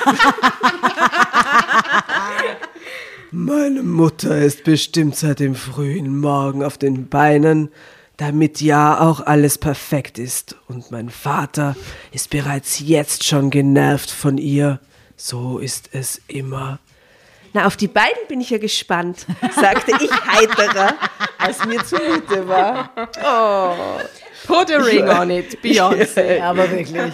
Meine Mutter ist bestimmt seit dem frühen Morgen auf den Beinen, damit ja auch alles perfekt ist. Und mein Vater ist bereits jetzt schon genervt von ihr. So ist es immer. Na, auf die beiden bin ich ja gespannt, sagte ich heiterer, als mir zumute war. Oh. Put a ring on it, Beyoncé. Aber wirklich.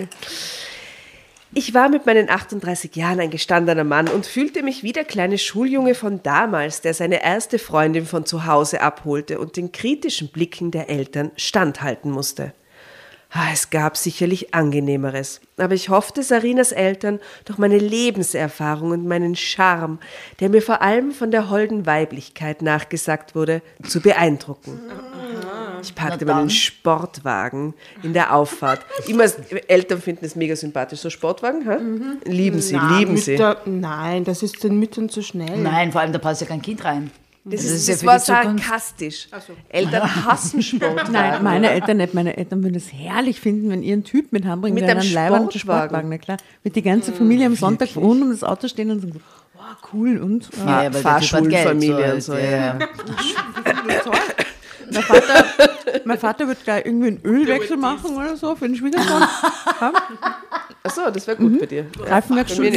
Ich war mit meinen 38 Jahren ein gestandener Mann und fühlte mich wie der kleine Schuljunge von damals, der seine erste Freundin von zu Hause abholte und den kritischen Blicken der Eltern standhalten musste. Es gab sicherlich Angenehmeres, aber ich hoffte, Sarinas Eltern durch meine Lebenserfahrung und meinen Charme, der mir vor allem von der holden Weiblichkeit nachgesagt wurde, zu beeindrucken. Ich parkte meinen Sportwagen in der Auffahrt. Immer Eltern finden es mega sympathisch, so Sportwagen, ha? Lieben sie. Nein, das ist den Müttern zu schnell. Nein, vor allem da passt ja kein Kind rein. Das war sarkastisch. So. Eltern hassen Sportwagen. Nein, meine Eltern nicht. Meine Eltern würden es herrlich finden, wenn ihr einen Typ mit heim bringt, mit einem leibenden Sportwagen. Na klar. Mit die ganze Familie am Sonntag rund um das Auto stehen und sagen, wow, cool und Fahrschulfamilie und so. Ja. Mein Vater wird gleich irgendwie einen Ölwechsel machen oder so für den Schwiegersohn. Achso, das wäre gut bei dir. Reifenwechsel.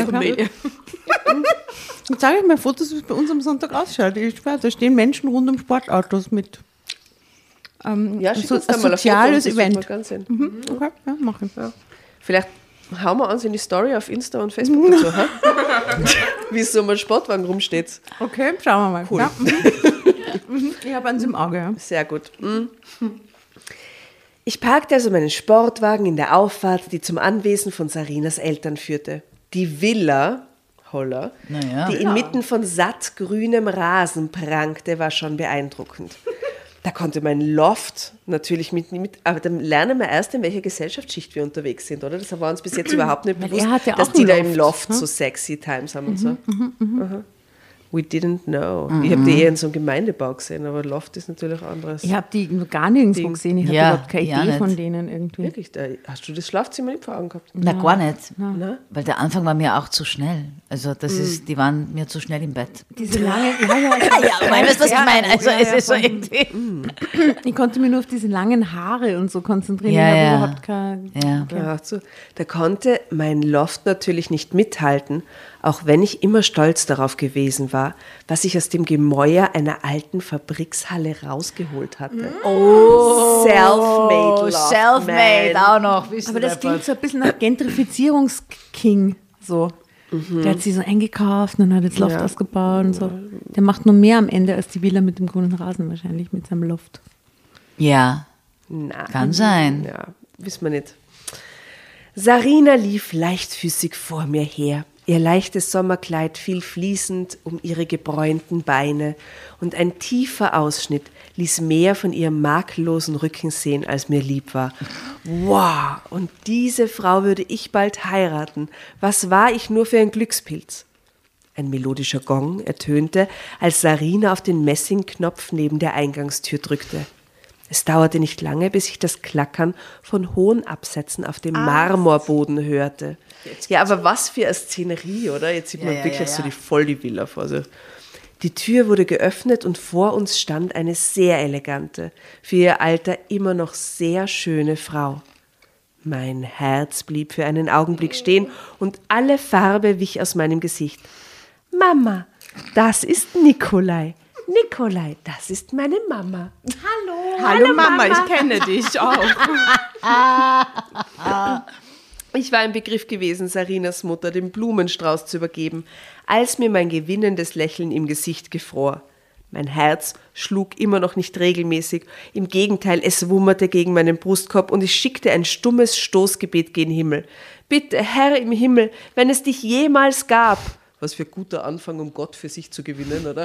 Ich zeige euch mal Fotos, wie es bei uns am Sonntag ausschaut. Da stehen Menschen rund um Sportautos mit ein soziales Event. Okay, ja, machen. Ja. Vielleicht hauen wir uns in die Story auf Insta und Facebook und so, wie es so um einen Sportwagen rumsteht. Okay, schauen wir mal. Cool. Ja. Ich habe eins im Auge. Ja. Sehr gut. Ich parkte also meinen Sportwagen in der Auffahrt, die zum Anwesen von Sarinas Eltern führte. Die Villa, Holla, die inmitten von sattgrünem Rasen prangte, war schon beeindruckend. Da konnte mein Loft natürlich mit, aber dann lernen wir erst, in welcher Gesellschaftsschicht wir unterwegs sind, oder? Das war uns bis jetzt überhaupt nicht bewusst, dass die da im Loft so sexy Times haben und so. We didn't know. Ich habe die eher in so einem Gemeindebau gesehen, aber Loft ist natürlich anderes. Ich habe die gar nirgendwo gesehen. Ich habe überhaupt keine Idee von denen irgendwie. Wirklich? Hast du das Schlafzimmer nicht vor Augen gehabt? Na, gar nicht. Na? Weil der Anfang war mir auch zu schnell. Also die waren mir zu schnell im Bett. Diese lange, weißt du, was ich meine? Also es ist so irgendwie... Ich konnte mich nur auf diese langen Haare und so konzentrieren. Ich habe überhaupt keine... Da konnte mein Loft natürlich nicht mithalten, auch wenn ich immer stolz darauf gewesen war, was ich aus dem Gemäuer einer alten Fabrikshalle rausgeholt hatte. Oh, Self-made Loft, Self-made man. Auch noch. Aber das klingt so ein bisschen nach Gentrifizierungsking. So. Der hat sie so eingekauft und hat jetzt Loft ausgebaut und so. Der macht nur mehr am Ende als die Villa mit dem grünen Rasen wahrscheinlich, mit seinem Loft. Ja, kann sein. Ja, wissen wir nicht. Sarina lief leichtfüßig vor mir her. Ihr leichtes Sommerkleid fiel fließend um ihre gebräunten Beine und ein tiefer Ausschnitt ließ mehr von ihrem makellosen Rücken sehen, als mir lieb war. Wow, und diese Frau würde ich bald heiraten. Was war ich nur für ein Glückspilz? Ein melodischer Gong ertönte, als Sarina auf den Messingknopf neben der Eingangstür drückte. Es dauerte nicht lange, bis ich das Klackern von hohen Absätzen auf dem Marmorboden hörte. Ja, aber was für eine Szenerie, oder? Jetzt sieht man wirklich so die Villa vor sich. Die Tür wurde geöffnet und vor uns stand eine sehr elegante, für ihr Alter immer noch sehr schöne Frau. Mein Herz blieb für einen Augenblick stehen und alle Farbe wich aus meinem Gesicht. Mama, das ist Nikolai. Nikolai, das ist meine Mama. Hallo Mama, ich kenne dich auch. Ich war im Begriff gewesen, Sarinas Mutter den Blumenstrauß zu übergeben, als mir mein gewinnendes Lächeln im Gesicht gefror. Mein Herz schlug immer noch nicht regelmäßig, im Gegenteil, es wummerte gegen meinen Brustkorb und ich schickte ein stummes Stoßgebet gen Himmel. Bitte, Herr im Himmel, wenn es dich jemals gab. Was für ein guter Anfang, um Gott für sich zu gewinnen, oder?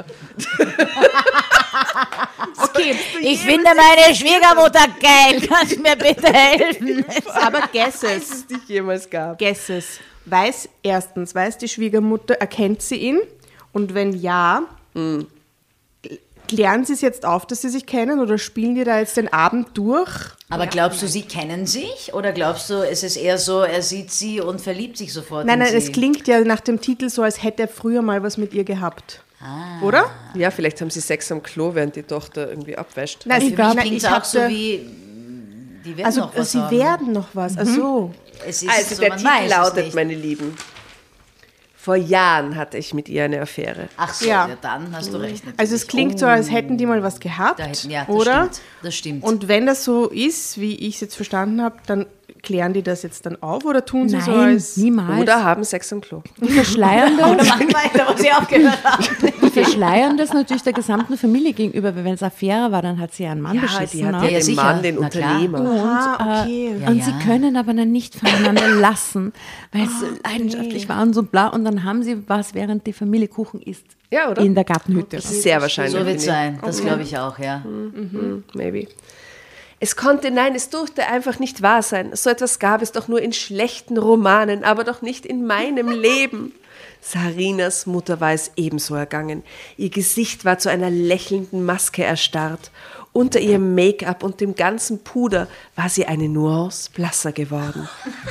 Okay, ich finde meine Schwiegermutter geil. Kannst du mir bitte helfen? Aber guess Wenn es dich jemals gab. Guess es. Weiß die Schwiegermutter, erkennt sie ihn? Und wenn ja, klären sie es jetzt auf, dass sie sich kennen oder spielen die da jetzt den Abend durch? Aber glaubst du, sie kennen sich? Oder glaubst du, es ist eher so, er sieht sie und verliebt sich sofort Nein, in sie? es klingt ja nach dem Titel so, als hätte er früher mal was mit ihr gehabt. Oder? Ja, vielleicht haben sie Sex am Klo, während die Tochter irgendwie abwäscht. Nein, Für mich klingt es auch so wie, die werden noch was sie haben. werden noch was. Ach so. Es ist Also so, der man Titel weiß es lautet, nicht. meine Lieben, vor Jahren hatte ich mit ihr eine Affäre. Ach so, Ja. ja, dann hast du recht. Natürlich. Also es klingt so, als hätten die mal was gehabt, Das oder? Stimmt, das stimmt. Und wenn das so ist, wie ich es jetzt verstanden habe, dann klären die das jetzt dann auf oder tun sie so Nein, als... niemals. Oder haben Sex am Klo. Die verschleiern das. Mach weiter, wo sie aufgehört haben. Die verschleiern das natürlich der gesamten Familie gegenüber, weil wenn es Affäre war, dann hat sie ja einen Mann Ja, beschissen. die hat ne? ja den sicher. Mann, den Na klar. Unternehmer. okay. Und sie können aber dann nicht voneinander lassen, weil es so leidenschaftlich war und so bla. Und dann haben sie was, während die Familie Kuchen isst, Ja, oder? in der Gartenhütte. Sehr wahrscheinlich. So wird es finde sein, das glaube ich auch, ja. ich. Maybe. Es durfte einfach nicht wahr sein. So etwas gab es doch nur in schlechten Romanen, aber doch nicht in meinem Leben. Sarinas Mutter war es ebenso ergangen. Ihr Gesicht war zu einer lächelnden Maske erstarrt. Unter ihrem Make-up und dem ganzen Puder war sie eine Nuance blasser geworden.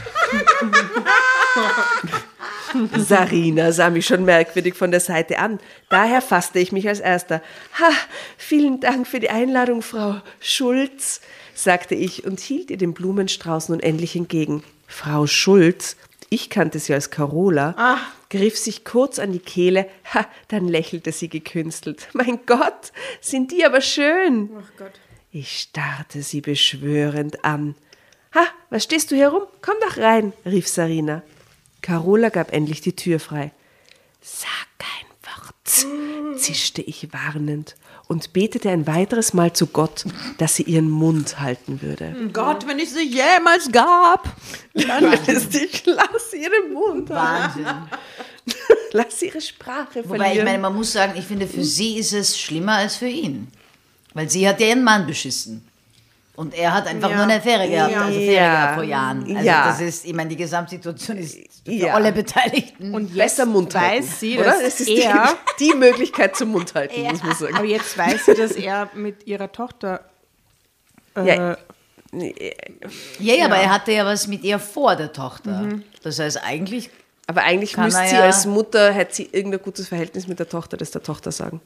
Sarina sah mich schon merkwürdig von der Seite an. Daher fasste ich mich als Erster. Ha, vielen Dank für die Einladung, Frau Schulz, sagte ich und hielt ihr den Blumenstrauß nun endlich entgegen. Frau Schulz, ich kannte sie als Carola, griff sich kurz an die Kehle, dann lächelte sie gekünstelt. Mein Gott, sind die aber schön. Ach Gott. Ich starrte sie beschwörend an. Ha, was stehst du hier rum? Komm doch rein, rief Sarina. Carola gab endlich die Tür frei. Sag kein Wort, zischte ich warnend und betete ein weiteres Mal zu Gott, dass sie ihren Mund halten würde. Gott, wenn ich sie jemals gab. Dann ist dich, lass ihren Mund halten. Wahnsinn. Lass ihre Sprache Wobei, verlieren. ich meine, man muss sagen, ich finde, für sie ist es schlimmer als für ihn. Weil sie hat ja ihren Mann beschissen. Und er hat einfach nur eine Affäre gehabt, vor Jahren. Also das ist, ich meine, die Gesamtsituation ist für alle Beteiligten. Und jetzt Besser Mund halten, weiß sie, oder? dass Das ist er... die Möglichkeit zum Mund halten, muss man sagen. Aber jetzt weiß sie, dass er mit ihrer Tochter... Ja. Ja, aber er hatte ja was mit ihr vor der Tochter. Das heißt, eigentlich... Aber eigentlich Kann müsste er sie ja- als Mutter, hätte sie irgendein gutes Verhältnis mit der Tochter, das der Tochter sagen.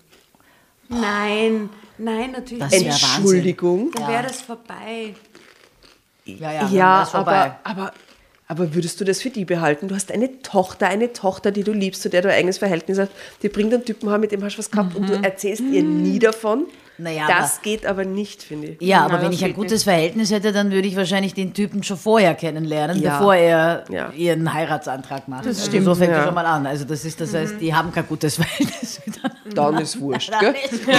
Nein, natürlich Das nicht. wär Entschuldigung. Dann wäre das vorbei. Ja, Ja, ist vorbei. aber würdest du das für die behalten? Du hast eine Tochter, die du liebst, zu der du ein eigenes Verhältnis hast, die bringt einen Typen heim, mit dem hast du was gehabt und du erzählst ihr nie davon. Naja, Das geht aber nicht, finde ich. Ja, aber Nein, wenn das ich ein geht gutes Verhältnis hätte, dann würde ich wahrscheinlich den Typen schon vorher kennenlernen, Ja. bevor er Ja. ihren Heiratsantrag macht. Das stimmt, so fängt ja. er schon mal an. Also das heißt, die haben kein gutes Verhältnis miteinander. Dann ist wurscht, gell?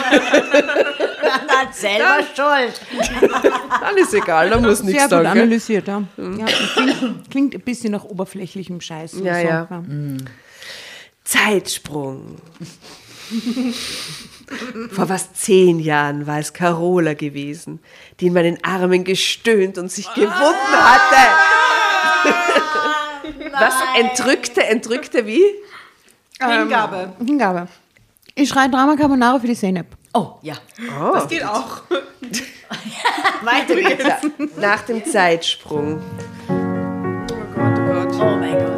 Dann hat selber Schuld. Dann ist egal, da muss Sehr nichts gut sagen. Gell? analysiert, ja. Ja, klingt ein bisschen nach oberflächlichem Scheiß. Ja, so. ja. Zeitsprung. Vor fast 10 Jahren war es Carola gewesen, die in meinen Armen gestöhnt und sich gewunden hatte. Was? Entrückte wie? Hingabe. Hingabe. Ich schreie Drama Carbonara für die Zeynep. Oh, ja. Das geht auch. Weiter geht's. Nach dem Zeitsprung. Oh Gott, oh Gott. Oh mein Gott.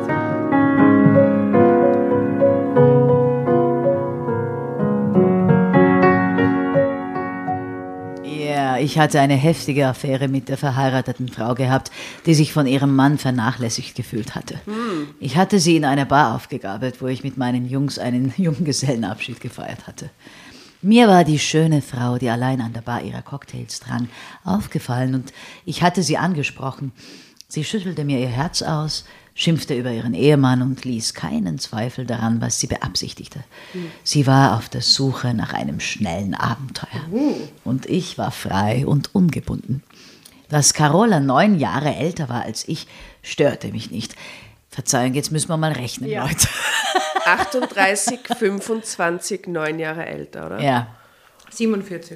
Ja, ich hatte eine heftige Affäre mit der verheirateten Frau gehabt, die sich von ihrem Mann vernachlässigt gefühlt hatte. Ich hatte sie in einer Bar aufgegabelt, wo ich mit meinen Jungs einen Junggesellenabschied gefeiert hatte. Mir war die schöne Frau, die allein an der Bar ihrer Cocktails trank, aufgefallen und ich hatte sie angesprochen. Sie schüttelte mir ihr Herz aus, schimpfte über ihren Ehemann und ließ keinen Zweifel daran, was sie beabsichtigte. Sie war auf der Suche nach einem schnellen Abenteuer. Und ich war frei und ungebunden. Dass Carola 9 Jahre älter war als ich, störte mich nicht. Verzeihung, jetzt müssen wir mal rechnen, Leute. 38, 25, 9 Jahre älter, oder? Ja. 47.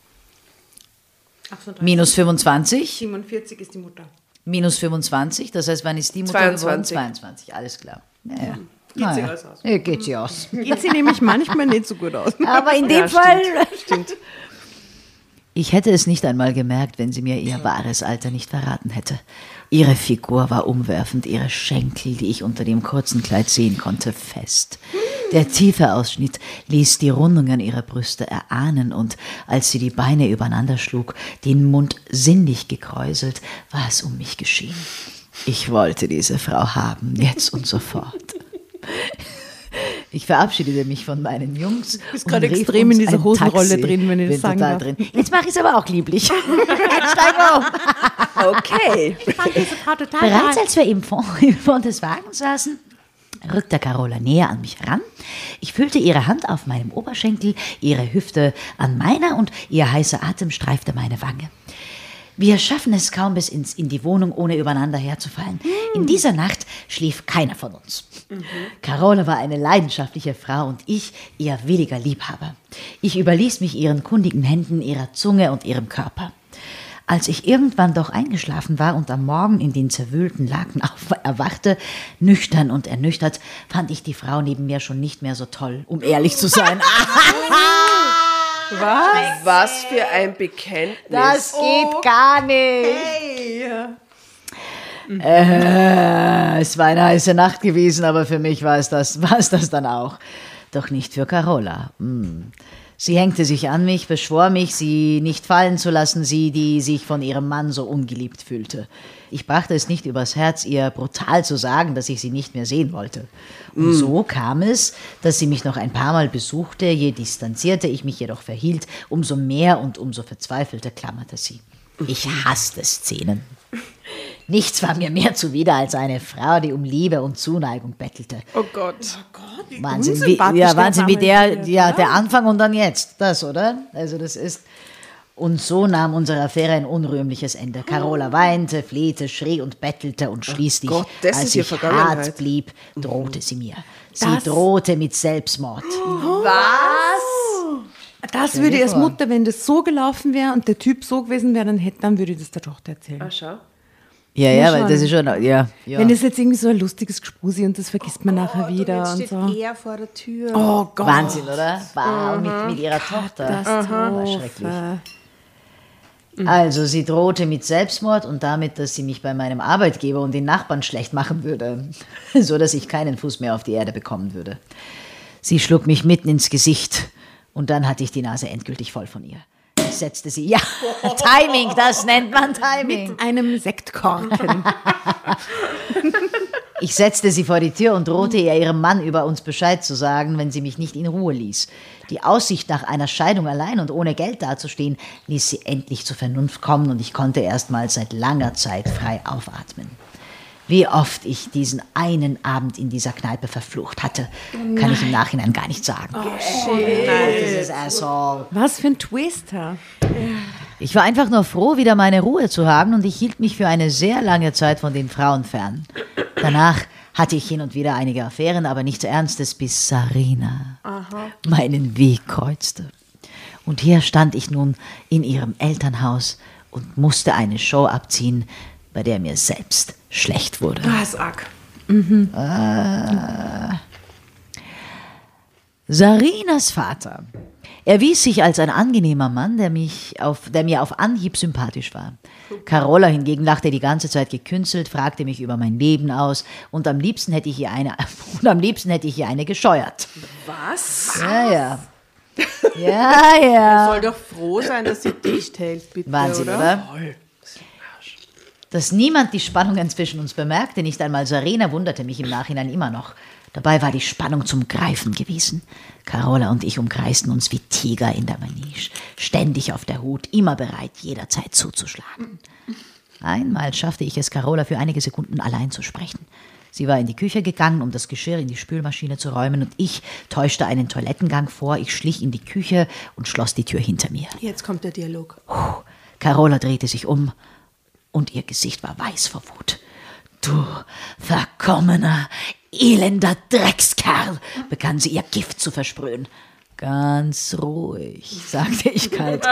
38. Minus 25. 47 ist die Mutter. Minus 25, das heißt, wann ist die Mutter geworden? 22, alles klar. Ja. Geht sie aus. Ja, geht sie aus. Geht sie nämlich manchmal nicht so gut aus. Aber in dem Fall... Stimmt. Ich hätte es nicht einmal gemerkt, wenn sie mir ihr wahres Alter nicht verraten hätte. Ihre Figur war umwerfend, ihre Schenkel, die ich unter dem kurzen Kleid sehen konnte, fest. Der tiefe Ausschnitt ließ die Rundungen ihrer Brüste erahnen und als sie die Beine übereinander schlug, den Mund sinnlich gekräuselt, war es um mich geschehen. Ich wollte diese Frau haben, jetzt und sofort. Ich verabschiedete mich von meinen Jungs. Du bist gerade extrem in dieser Hosenrolle drin, wenn ich das sagen darf. Drin. Jetzt mache ich es aber auch lieblich. Jetzt steigen wir um. Okay. Ich fand diese Frau total Bereits als wir im Fond des Wagens saßen, rückte Carola näher an mich heran. Ich fühlte ihre Hand auf meinem Oberschenkel, ihre Hüfte an meiner und ihr heißer Atem streifte meine Wange. Wir schaffen es kaum bis in die Wohnung, ohne übereinander herzufallen. In dieser Nacht schlief keiner von uns. Carola war eine leidenschaftliche Frau und ich ihr williger Liebhaber. Ich überließ mich ihren kundigen Händen, ihrer Zunge und ihrem Körper. Als ich irgendwann doch eingeschlafen war und am Morgen in den zerwühlten Laken erwachte, nüchtern und ernüchtert, fand ich die Frau neben mir schon nicht mehr so toll, um ehrlich zu sein. Was für ein Bekenntnis. Das geht gar nicht. Es war eine heiße Nacht gewesen, aber für mich war es das dann auch. Doch nicht für Carola. Sie hängte sich an mich, beschwor mich, sie nicht fallen zu lassen, sie, die sich von ihrem Mann so ungeliebt fühlte. Ich brachte es nicht übers Herz, ihr brutal zu sagen, dass ich sie nicht mehr sehen wollte. Und so kam es, dass sie mich noch ein paar Mal besuchte, je distanzierter ich mich jedoch verhielt, umso mehr und umso verzweifelter klammerte sie. Ich hasste Szenen. Nichts war mir mehr zuwider als eine Frau, die um Liebe und Zuneigung bettelte. Oh Gott. Wahnsinn, wie der Anfang und dann jetzt. Das, oder? Also das ist... Und so nahm unsere Affäre ein unrühmliches Ende. Carola weinte, flehte, schrie und bettelte und schließlich, als ich hart blieb, drohte sie mir. Sie drohte mit Selbstmord. Was? Das würde ich als Mutter, wenn das so gelaufen wäre und der Typ so gewesen wäre, dann würde ich das der Tochter erzählen. Ach, schau. Ja, weil das ist schon, ja. Wenn das jetzt irgendwie so ein lustiges Gespusi und das vergisst man nachher wieder. Und steht so. Er vor der Tür. Oh Gott. Wahnsinn, oder? Wow, mit ihrer Tochter. Das war schrecklich. Also sie drohte mit Selbstmord und damit, dass sie mich bei meinem Arbeitgeber und den Nachbarn schlecht machen würde, so dass ich keinen Fuß mehr auf die Erde bekommen würde. Sie schlug mich mitten ins Gesicht und dann hatte ich die Nase endgültig voll von ihr. Ich setzte sie, Timing, das nennt man Timing. Mit einem Sektkorken. Ich setzte sie vor die Tür und drohte ihr, ihrem Mann über uns Bescheid zu sagen, wenn sie mich nicht in Ruhe ließ. Die Aussicht nach einer Scheidung allein und ohne Geld dazustehen, ließ sie endlich zur Vernunft kommen und ich konnte erstmals seit langer Zeit frei aufatmen. Wie oft ich diesen einen Abend in dieser Kneipe verflucht hatte, kann ich im Nachhinein gar nicht sagen. Oh, shit. Was für ein Twister. Ich war einfach nur froh, wieder meine Ruhe zu haben und ich hielt mich für eine sehr lange Zeit von den Frauen fern. Danach hatte ich hin und wieder einige Affären, aber nichts Ernstes, bis Sarina meinen Weg kreuzte. Und hier stand ich nun in ihrem Elternhaus und musste eine Show abziehen, bei der mir selbst schlecht wurde. Das ist arg. Sarinas Vater erwies sich als ein angenehmer Mann, der mir auf Anhieb sympathisch war. Carola hingegen lachte die ganze Zeit gekünstelt, fragte mich über mein Leben aus und am liebsten hätte ich ihr eine gescheuert. Was? Ja. Ja. Soll doch froh sein, dass sie dicht hält, bitte, Wahnsinn, oder? Dass niemand die Spannungen zwischen uns bemerkte, nicht einmal Serena, wunderte mich im Nachhinein immer noch. Dabei war die Spannung zum Greifen gewesen. Carola und ich umkreisten uns wie Tiger in der Manege, ständig auf der Hut, immer bereit, jederzeit zuzuschlagen. Einmal schaffte ich es, Carola für einige Sekunden allein zu sprechen. Sie war in die Küche gegangen, um das Geschirr in die Spülmaschine zu räumen, und ich täuschte einen Toilettengang vor. Ich schlich in die Küche und schloss die Tür hinter mir. Jetzt kommt der Dialog. Carola drehte sich um und ihr Gesicht war weiß vor Wut. »Du verkommener, elender Dreckskerl«, begann sie ihr Gift zu versprühen. »Ganz ruhig«, sagte ich kalt.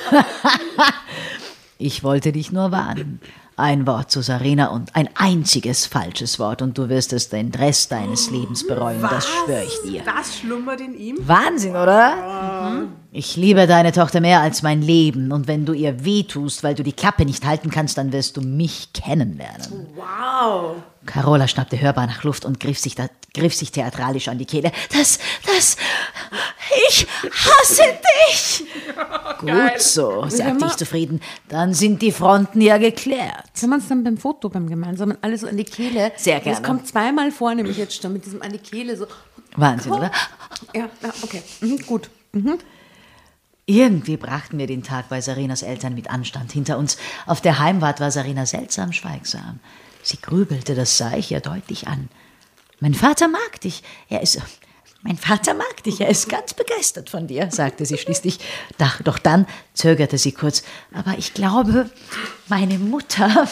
»Ich wollte dich nur warnen. Ein Wort zu Serena und ein einziges falsches Wort und du wirst es den Rest deines Lebens bereuen, das schwöre ich dir.« Das schlummert in ihm? Wahnsinn, oder? Ich liebe deine Tochter mehr als mein Leben und wenn du ihr wehtust, weil du die Klappe nicht halten kannst, dann wirst du mich kennenlernen. Wow. Carola schnappte hörbar nach Luft und griff sich theatralisch an die Kehle. Ich hasse dich! Gut so, sagte ich zufrieden. Dann sind die Fronten ja geklärt. Können wir uns dann beim Foto, beim gemeinsamen, alles so an die Kehle? Sehr gerne. Das kommt zweimal vor, nämlich jetzt schon mit diesem an die Kehle so. Wahnsinn, oder? Ja, okay, gut. Irgendwie brachten wir den Tag bei Serenas Eltern mit Anstand hinter uns. Auf der Heimfahrt war Serena seltsam schweigsam. Sie grübelte, das sah ich ihr deutlich an. Mein Vater mag dich, er ist ganz begeistert von dir, sagte sie schließlich. Doch dann zögerte sie kurz. Aber ich glaube, meine Mutter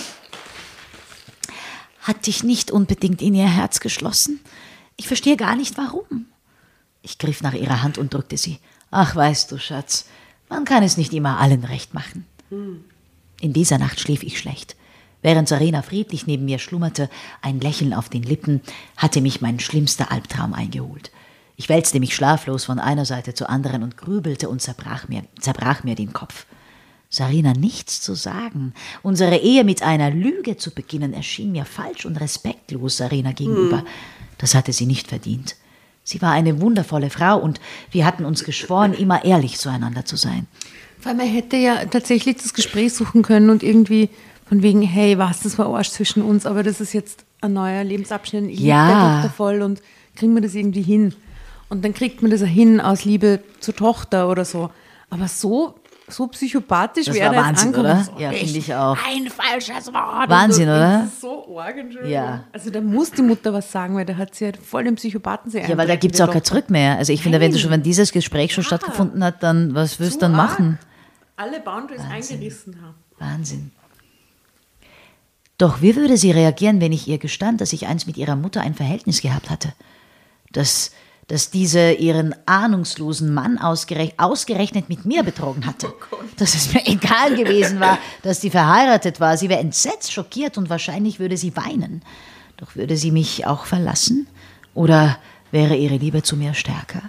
hat dich nicht unbedingt in ihr Herz geschlossen. Ich verstehe gar nicht, warum. Ich griff nach ihrer Hand und drückte sie. Ach, weißt du, Schatz, man kann es nicht immer allen recht machen. In dieser Nacht schlief ich schlecht. Während Serena friedlich neben mir schlummerte, ein Lächeln auf den Lippen, hatte mich mein schlimmster Albtraum eingeholt. Ich wälzte mich schlaflos von einer Seite zur anderen und grübelte und zerbrach mir den Kopf. Serena nichts zu sagen, unsere Ehe mit einer Lüge zu beginnen, erschien mir falsch und respektlos Serena gegenüber. Das hatte sie nicht verdient. Sie war eine wundervolle Frau und wir hatten uns geschworen, immer ehrlich zueinander zu sein. Weil man hätte ja tatsächlich das Gespräch suchen können und irgendwie von wegen, hey, das war Arsch zwischen uns, aber das ist jetzt ein neuer Lebensabschnitt, ich liebe deine Tochter voll und kriegen wir das irgendwie hin. Und dann kriegt man das ja hin aus Liebe zur Tochter oder so. Aber so psychopathisch wäre das Wahnsinn, oder? Ja, finde ich auch. Ein falsches Wort. Wahnsinn, oder? Das ist so arg, Entschuldigung. Ja. Also da muss die Mutter was sagen, weil da hat sie ja voll den Psychopathen Ja, weil da gibt es auch kein Zurück mehr. Also ich finde, wenn dieses Gespräch schon stattgefunden hat, dann was wirst du dann machen? Alle Boundaries eingerissen haben. Wahnsinn. Doch wie würde sie reagieren, wenn ich ihr gestand, dass ich einst mit ihrer Mutter ein Verhältnis gehabt hatte? Dass diese ihren ahnungslosen Mann ausgerechnet mit mir betrogen hatte. Dass es mir egal gewesen war, dass die verheiratet war. Sie wäre entsetzt, schockiert und wahrscheinlich würde sie weinen. Doch würde sie mich auch verlassen? Oder wäre ihre Liebe zu mir stärker?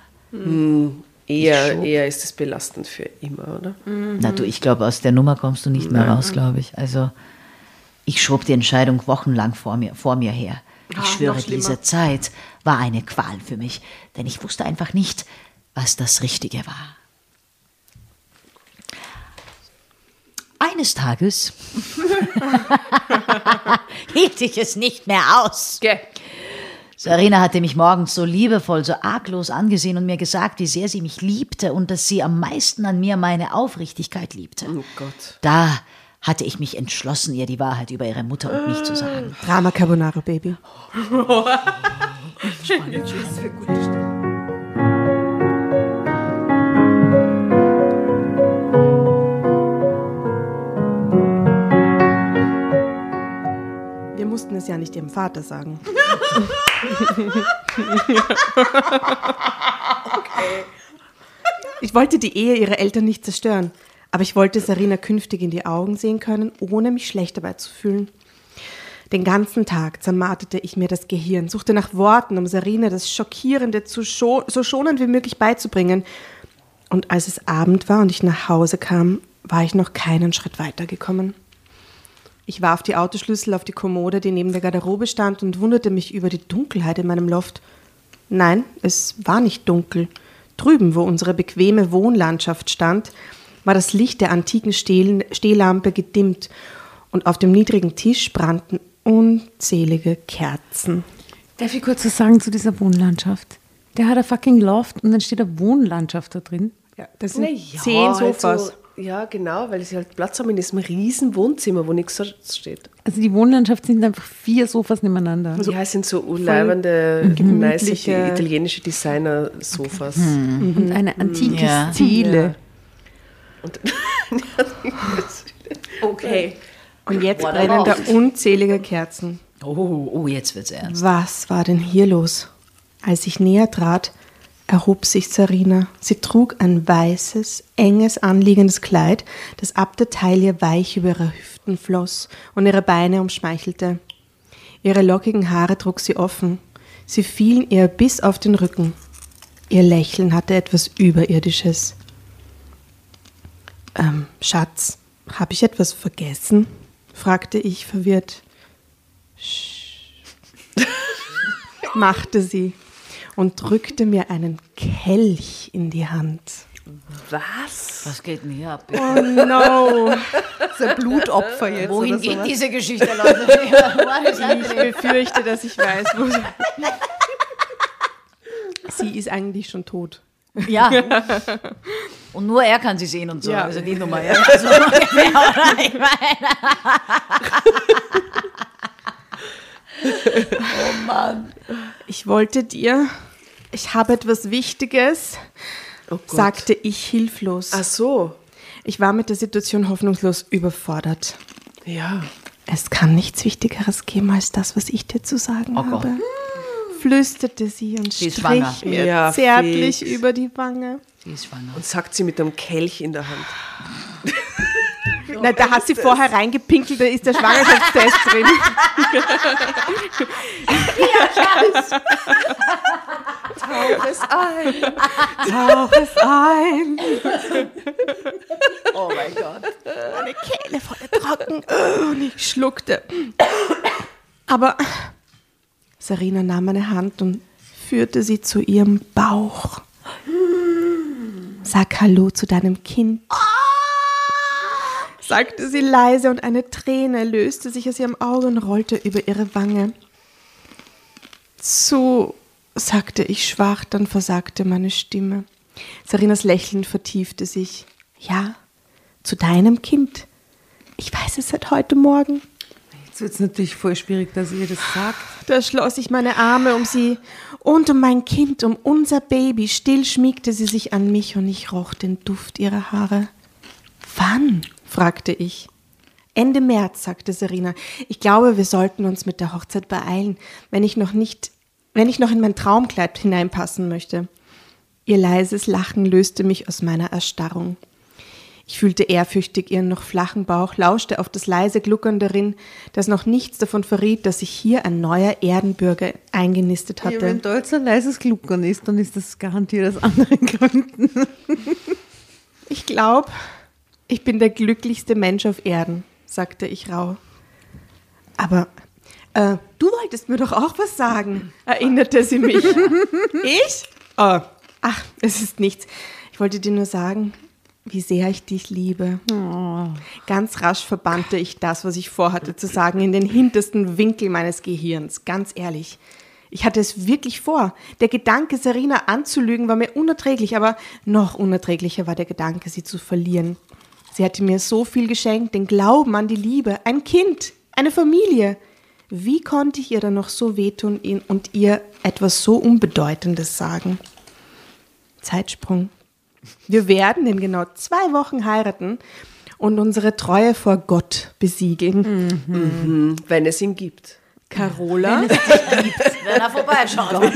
Eher ist es belastend für immer, oder? Na du, ich glaube, aus der Nummer kommst du nicht mehr raus, glaube ich. Also ich schob die Entscheidung wochenlang vor mir her. Ich schwöre, diese Zeit war eine Qual für mich, denn ich wusste einfach nicht, was das Richtige war. Eines Tages hielt ich es nicht mehr aus. Okay. Serena hatte mich morgens so liebevoll, so arglos angesehen und mir gesagt, wie sehr sie mich liebte und dass sie am meisten an mir meine Aufrichtigkeit liebte. Oh Gott. Da hatte ich mich entschlossen, ihr die Wahrheit über ihre Mutter und mich zu sagen. Drama Carbonara, Baby. Wir mussten es ja nicht ihrem Vater sagen. Okay. Ich wollte die Ehe ihrer Eltern nicht zerstören. Aber ich wollte Serena künftig in die Augen sehen können, ohne mich schlecht dabei zu fühlen. Den ganzen Tag zermarterte ich mir das Gehirn, suchte nach Worten, um Serena das Schockierende so schonend wie möglich beizubringen. Und als es Abend war und ich nach Hause kam, war ich noch keinen Schritt weiter gekommen. Ich warf die Autoschlüssel auf die Kommode, die neben der Garderobe stand, und wunderte mich über die Dunkelheit in meinem Loft. Nein, es war nicht dunkel. Drüben, wo unsere bequeme Wohnlandschaft stand, war das Licht der antiken Stehlampe gedimmt und auf dem niedrigen Tisch brannten unzählige Kerzen. Darf ich kurz was sagen zu dieser Wohnlandschaft? Der hat ein fucking Loft und dann steht eine Wohnlandschaft da drin. Ja, das sind 10 Sofas. Halt so, ja, genau, weil sie halt Platz haben in diesem riesen Wohnzimmer, wo nichts steht. Also die Wohnlandschaft sind einfach 4 Sofas nebeneinander. Also ja, es sind so urleibende, nice italienische Designer-Sofas. Und eine antike Stile. Ja. Und okay. Und jetzt brennen da unzählige Kerzen. Oh, jetzt wird's ernst. Was war denn hier los? Als ich näher trat, erhob sich Sarina. Sie trug ein weißes, enges, anliegendes Kleid, das ab der Taille weich über ihre Hüften floss und ihre Beine umschmeichelte. Ihre lockigen Haare trug sie offen. Sie fielen ihr bis auf den Rücken. Ihr Lächeln hatte etwas Überirdisches. Schatz, habe ich etwas vergessen? Fragte ich verwirrt. Machte sie und drückte mir einen Kelch in die Hand. Was geht denn hier ab? Oh no. Das ist ein Blutopfer jetzt. Wohin geht diese Geschichte, Leute? Ich befürchte, dass ich weiß, wo sie ist eigentlich schon tot. Ja. Und nur er kann sie sehen und so. Ja. Also die Nummer. Ja. Also, ich meine. Oh Mann. Ich wollte dir, ich habe etwas Wichtiges, sagte ich hilflos. Ach so. Ich war mit der Situation hoffnungslos überfordert. Ja. Es kann nichts Wichtigeres geben als das, was ich dir zu sagen habe. Gott. Flüsterte sie und Sie ist strich schwanger. mir Ja, zärtlich fix. über die Wange. Sie ist schwanger. Und sagt sie mit einem Kelch in der Hand. Na, da hat sie vorher reingepinkelt, da ist der Schwangerschaftstest drin. Tauch es ein. Tauch es ein. Oh mein Gott. Meine Kehle wurde trocken und ich schluckte. Aber Sarina nahm meine Hand und führte sie zu ihrem Bauch. Sag Hallo zu deinem Kind, sagte sie leise, und eine Träne löste sich aus ihrem Auge und rollte über ihre Wange. So, sagte ich schwach, dann versagte meine Stimme. Sarinas Lächeln vertiefte sich. Ja, zu deinem Kind. Ich weiß es seit heute Morgen. Jetzt wird es natürlich voll schwierig, dass ihr das sagt. Da schloss ich meine Arme um sie und um mein Kind, um unser Baby. Still schmiegte sie sich an mich und ich roch den Duft ihrer Haare. Wann? Fragte ich. Ende März, sagte Sarina. Ich glaube, wir sollten uns mit der Hochzeit beeilen, wenn ich noch in mein Traumkleid hineinpassen möchte. Ihr leises Lachen löste mich aus meiner Erstarrung. Ich fühlte ehrfürchtig ihren noch flachen Bauch, lauschte auf das leise Gluckern darin, das noch nichts davon verriet, dass sich hier ein neuer Erdenbürger eingenistet hatte. Ja, wenn da jetzt ein leises Gluckern ist, dann ist das garantiert aus anderen Gründen. Ich glaube, ich bin der glücklichste Mensch auf Erden, sagte ich rauh. Aber du wolltest mir doch auch was sagen, erinnerte sie mich. Ich? Oh. Ach, es ist nichts. Ich wollte dir nur sagen, wie sehr ich dich liebe. Oh. Ganz rasch verbannte ich das, was ich vorhatte zu sagen, in den hintersten Winkel meines Gehirns. Ganz ehrlich. Ich hatte es wirklich vor. Der Gedanke, Sarina anzulügen, war mir unerträglich, aber noch unerträglicher war der Gedanke, sie zu verlieren. Sie hatte mir so viel geschenkt, den Glauben an die Liebe, ein Kind, eine Familie. Wie konnte ich ihr dann noch so wehtun und ihr etwas so Unbedeutendes sagen? Zeitsprung. Wir werden in genau 2 Wochen heiraten und unsere Treue vor Gott besiegeln. Mhm. Wenn es ihn gibt. Carola. Wenn es dich gibt, wenn er vorbeischaut. Wenn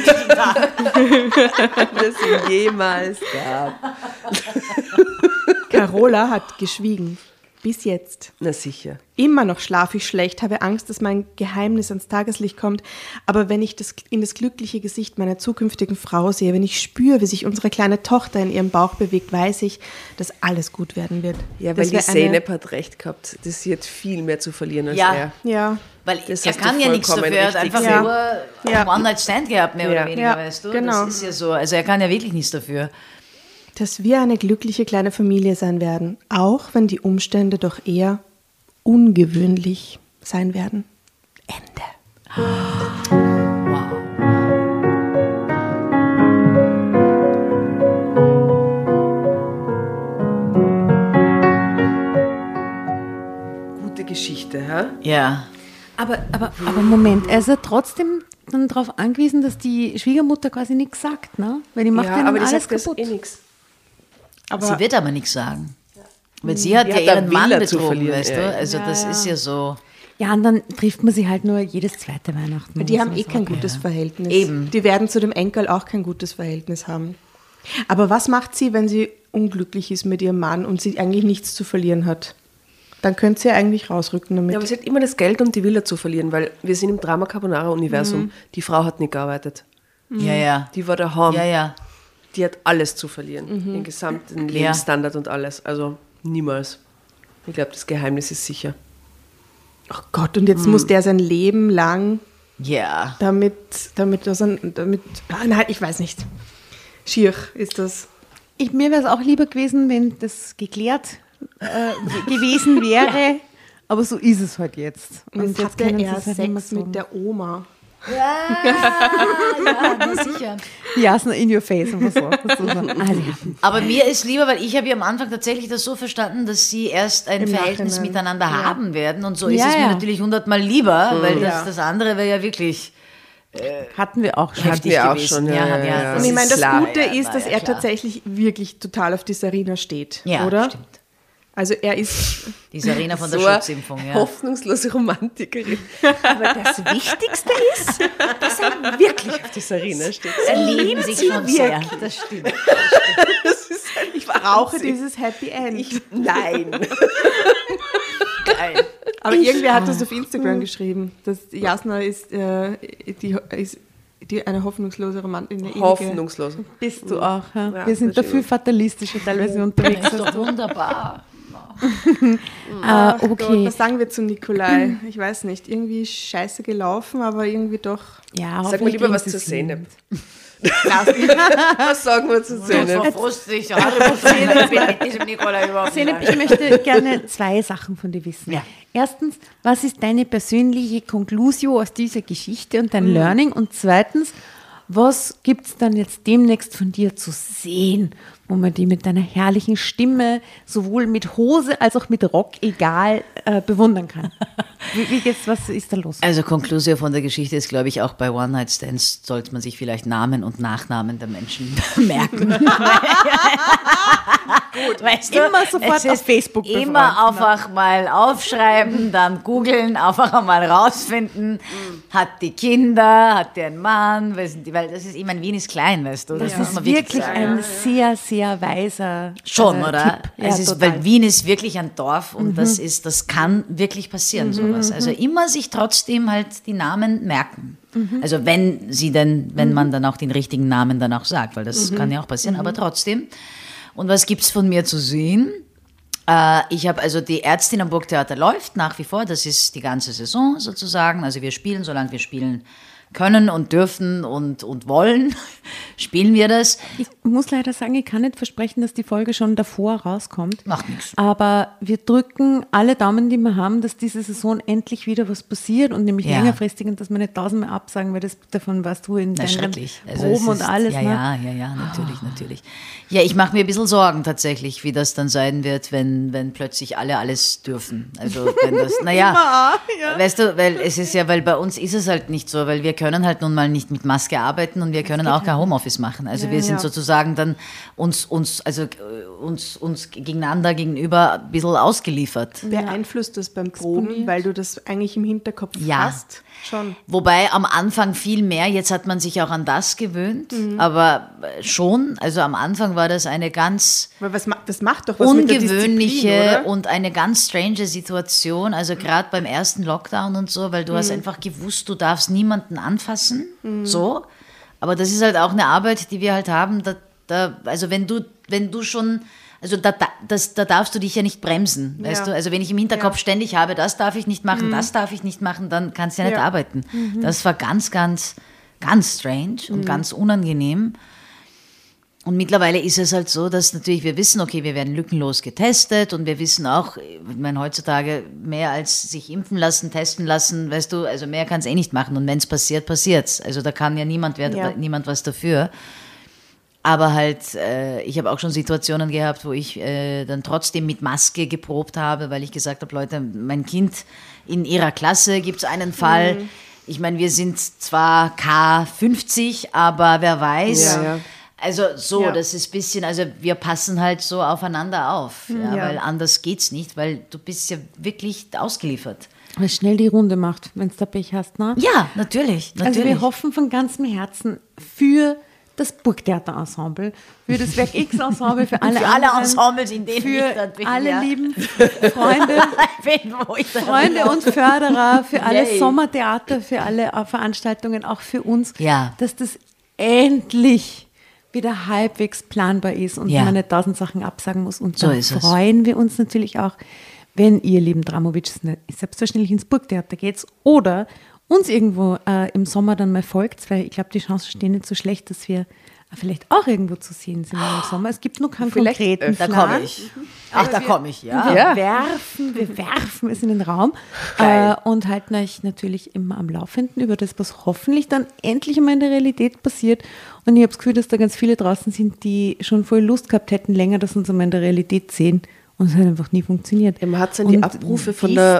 es ihn jemals gab. Carola hat geschwiegen. Bis jetzt. Na sicher. Immer noch schlafe ich schlecht, habe Angst, dass mein Geheimnis ans Tageslicht kommt. Aber wenn ich in das glückliche Gesicht meiner zukünftigen Frau sehe, wenn ich spüre, wie sich unsere kleine Tochter in ihrem Bauch bewegt, weiß ich, dass alles gut werden wird. Ja, weil die Zeynep hat recht gehabt. Das sie hat viel mehr zu verlieren als er. Ja. Weil er kann ja nichts dafür, er hat einfach nur One-Night-Stand gehabt, mehr oder weniger, weißt du? Genau. Das ist ja so, also er kann ja wirklich nichts dafür. Dass wir eine glückliche kleine Familie sein werden, auch wenn die Umstände doch eher ungewöhnlich sein werden. Ende. Wow. Gute Geschichte, hä? Ja. Aber Moment, er ist ja trotzdem dann darauf angewiesen, dass die Schwiegermutter quasi nichts sagt, ne? Weil die macht ja dann aber die alles sagt kaputt. das nichts. Sie wird aber nichts sagen. Weil sie hat ja ihren Mann betrogen, weißt du? Ja. Also das ist ja so. Ja, und dann trifft man sie halt nur jedes zweite Weihnachten. Die haben kein gutes Verhältnis. Eben. Die werden zu dem Enkel auch kein gutes Verhältnis haben. Aber was macht sie, wenn sie unglücklich ist mit ihrem Mann und sie eigentlich nichts zu verlieren hat? Dann könnte sie ja eigentlich rausrücken damit. Ja, aber sie hat immer das Geld, um die Villa zu verlieren, weil wir sind im Drama Carbonara-Universum. Die Frau hat nicht gearbeitet. Ja. Die war daheim. Ja. Die hat alles zu verlieren. Den gesamten Lebensstandard und alles. Also niemals. Ich glaube, das Geheimnis ist sicher. Oh Gott, und jetzt muss der sein Leben lang Ja. damit, nein, ich weiß nicht. Schier ist das. Mir wäre es auch lieber gewesen, wenn das geklärt gewesen wäre, aber so ist es halt jetzt. Und jetzt hat können er sie es halt nicht mehr Sex sagen. mit der Oma. Ja, na sicher. Ja, ist in your face und so. Aber mir ist lieber, weil ich habe ja am Anfang tatsächlich das so verstanden, dass sie erst ein Im Verhältnis Nachhinein. miteinander haben werden und so ist Ja, es mir ja. natürlich 100-mal lieber, weil das andere wäre ja wirklich Hatten wir auch schon. heftig wir auch gewesen. schon, ja. Und ich meine, das klar. Gute ist, dass ja, er klar. tatsächlich wirklich total auf die Sarina steht, Ja, oder? stimmt. Also er ist, Die Sarina von der So eine Schutzimpfung, ja. hoffnungslose Romantikerin. Aber das Wichtigste ist, dass er wirklich auf die Sarina steht. Erleben sich schon sehr. Das stimmt. ich brauche dieses Happy End. Nein. Geil. Aber irgendwer hat das auf Instagram geschrieben, dass Jasna ist, die eine hoffnungslose Romantin. Hoffnungslos. Bist du auch. Ja? Ja, Wir sind da das viel fatalistischer teilweise unterwegs. Das ist doch wunderbar. Gott, Okay. was sagen wir zu Nikolai? Ich weiß nicht, irgendwie scheiße gelaufen, aber irgendwie doch. Ja, Sag mal lieber was kriegen zur sie Zeynep. hin. Was sagen wir zu Zeynep? Verfrustig. Ich bin mit diesem Nikolai überhaupt Zeynep, ich möchte gerne 2 Sachen von dir wissen. Ja. Erstens, was ist deine persönliche Conclusio aus dieser Geschichte und dein Learning? Und zweitens, was gibt es dann jetzt demnächst von dir zu sehen, wo man die mit deiner herrlichen Stimme sowohl mit Hose als auch mit Rock egal bewundern kann? Wie geht's, was ist da los? Also Konklusio von der Geschichte ist, glaube ich, auch bei One-Night-Stands sollte man sich vielleicht Namen und Nachnamen der Menschen merken. Gut, weißt du, Immer sofort es ist auf Facebook immer befreunden, einfach mal aufschreiben, dann googeln, einfach einmal rausfinden, hat die Kinder, hat der einen Mann, weil das ist, ich meine, Wien ist klein, weißt du. Das muss ist man wirklich sagen. ein sehr, sehr weiser Schon, oder? Tipp. Ja, Es ist, total. weil Wien ist wirklich ein Dorf und das kann wirklich passieren, sowas. Also immer sich trotzdem halt die Namen merken. Also wenn man dann auch den richtigen Namen dann auch sagt, weil das kann ja auch passieren, aber trotzdem. Und was gibt's von mir zu sehen? Ich habe also die Ärztin am Burgtheater läuft nach wie vor, das ist die ganze Saison sozusagen. Also wir spielen, solange wir spielen können und dürfen und wollen, spielen wir das. Ich muss leider sagen, ich kann nicht versprechen, dass die Folge schon davor rauskommt. Macht nichts. Aber wir drücken alle Daumen, die wir haben, dass diese Saison endlich wieder was passiert und nämlich Ja. längerfristig und dass wir nicht tausendmal absagen, weil davon warst du in Na, deinen schrecklich. Also Proben es ist, und alles. Ja, ne? ja, natürlich. Ja, ich mache mir ein bisschen Sorgen tatsächlich, wie das dann sein wird, wenn plötzlich alle alles dürfen. Also wenn das, naja, weißt du, weil es ist ja, weil bei uns ist es halt nicht so, weil wir können können halt nun mal nicht mit Maske arbeiten und wir können auch kein Homeoffice machen. Also wir sind sozusagen dann uns gegeneinander gegenüber ein bisschen ausgeliefert. Beeinflusst das beim Proben, weil du das eigentlich im Hinterkopf hast? Schon. Wobei am Anfang viel mehr, jetzt hat man sich auch an das gewöhnt, aber schon, also am Anfang war das eine ganz das macht doch was ungewöhnliche mit der Disziplin, oder? und eine ganz strange Situation, also gerade beim ersten Lockdown und so, weil du hast einfach gewusst, du darfst niemanden anfassen, so, aber das ist halt auch eine Arbeit, die wir halt haben, also wenn du schon, also da darfst du dich ja nicht bremsen, weißt du? Also wenn ich im Hinterkopf ständig habe, das darf ich nicht machen, das darf ich nicht machen, dann kannst du ja nicht arbeiten. Das war ganz, ganz, ganz strange und ganz unangenehm. Und mittlerweile ist es halt so, dass natürlich wir wissen, okay, wir werden lückenlos getestet und wir wissen auch, ich meine, heutzutage mehr als sich impfen lassen, testen lassen, weißt du, also mehr kann es nicht machen. Und wenn es passiert, passiert's. Also da kann ja niemand was dafür. Aber halt, ich habe auch schon Situationen gehabt, wo ich dann trotzdem mit Maske geprobt habe, weil ich gesagt habe, Leute, mein Kind in ihrer Klasse gibt es einen Fall. Ich meine, wir sind zwar K50, aber wer weiß. Ja. Also das ist ein bisschen, also wir passen halt so aufeinander auf, weil anders geht's nicht, weil du bist ja wirklich ausgeliefert. Weil schnell die Runde macht, wenn du da Pech hast, ne? Ja, natürlich. Also wir hoffen von ganzem Herzen für das Burgtheater-Ensemble, für das Werk X-Ensemble, für alle Ensembles, in denen für alle lieben Freunde und Förderer, für alle Sommertheater, für alle Veranstaltungen, auch für uns, dass das endlich wieder halbwegs planbar ist und man nicht 1000 Sachen absagen muss. Und da freuen wir uns natürlich auch, wenn ihr, lieben Dramovics, selbstverständlich ins Burgtheater geht oder uns irgendwo im Sommer dann mal folgt, weil ich glaube, die Chancen stehen nicht so schlecht, dass wir vielleicht auch irgendwo zu sehen sind im Sommer. Es gibt noch keinen konkreten Plan. Da komme ich. Da komme ich, ja. Wir werfen es in den Raum und halten euch natürlich immer am Laufenden über das, was hoffentlich dann endlich einmal in der Realität passiert. Und ich habe das Gefühl, dass da ganz viele draußen sind, die schon voll Lust gehabt hätten, länger das uns einmal in der Realität sehen. Und es hat einfach nie funktioniert. Man hat dann die Abrufe von der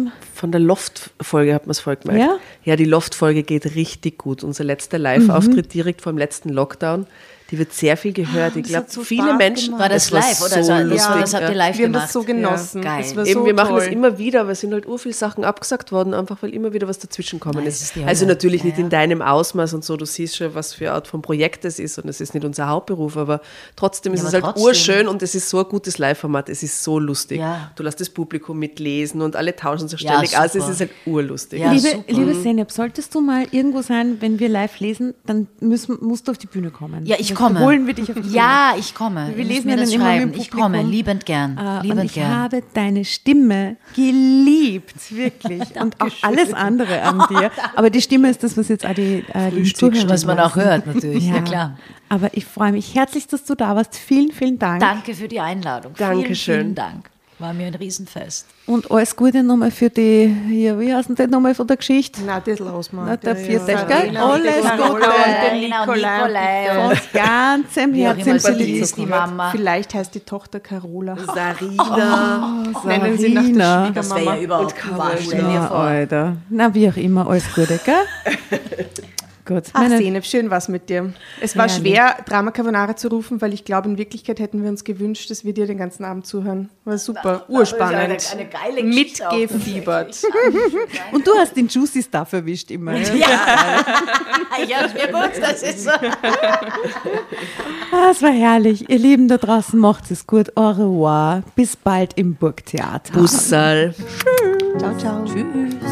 Loft-Folge, hat man es voll gemeint. Ja, die Loft-Folge geht richtig gut. Unser letzter Live-Auftritt direkt vor dem letzten Lockdown, die wird sehr viel gehört. Ich glaube, viele Menschen... War das live, oder? So das habt ihr live gemacht. Wir haben das so genossen. Ja, geil. Das war Eben, so wir machen toll. das immer wieder, aber es sind halt viele Sachen abgesagt worden, einfach weil immer wieder was dazwischen gekommen ist. Also natürlich nicht in deinem Ausmaß und so, du siehst schon, was für eine Art von Projekt es ist und es ist nicht unser Hauptberuf, aber trotzdem ist es halt urschön und es ist so ein gutes Live-Format, es ist so lustig. Ja. Du lässt das Publikum mitlesen und alle tauschen sich ständig aus, es ist halt urlustig. Ja, liebe Zeynep, solltest du mal irgendwo sein, wenn wir live lesen, dann musst du auf die Bühne kommen. Ja, ich komme. Holen wir dich auf die Bühne. Ja, ich komme. Wir lesen mir das schreiben. Ich komme, liebend gern. Ich habe deine Stimme geliebt, wirklich. Und auch alles andere an dir. Aber die Stimme ist das, was jetzt auch die Zuhörer, was man auch hört, natürlich. Ja, klar. Aber ich freue mich herzlich, dass du da warst. Vielen, vielen Dank. Danke für die Einladung. Dankeschön. Vielen Dank. War mir ein Riesenfest. Und alles Gute nochmal für die, wie heißt denn das nochmal von der Geschichte? Na, das lassen wir. Der vierte, gell? Alles Gute. Nikolai. Von ganzem Herzen. Die Mama. Vielleicht heißt die Tochter Carola. Sarina. Nennen sie nach der Schwiegermama. Das wäre ja überhaupt stell dir vor. Alter. Na, wie auch immer, alles Gute, gell? Gut. Ach, Zeynep, schön war's mit dir. Es war schwer, Drama Carbonara zu rufen, weil ich glaube, in Wirklichkeit hätten wir uns gewünscht, dass wir dir den ganzen Abend zuhören. War super, urspannend. Eine geile Geschichte. Mitgefiebert. Und du hast den Juicy Stuff erwischt immer. Ja, ich hab's mir gut, das ist so. Es war herrlich. Ihr Lieben da draußen, macht's es gut. Au revoir. Bis bald im Burgtheater. Bussal. Ciao, ciao. Tschüss.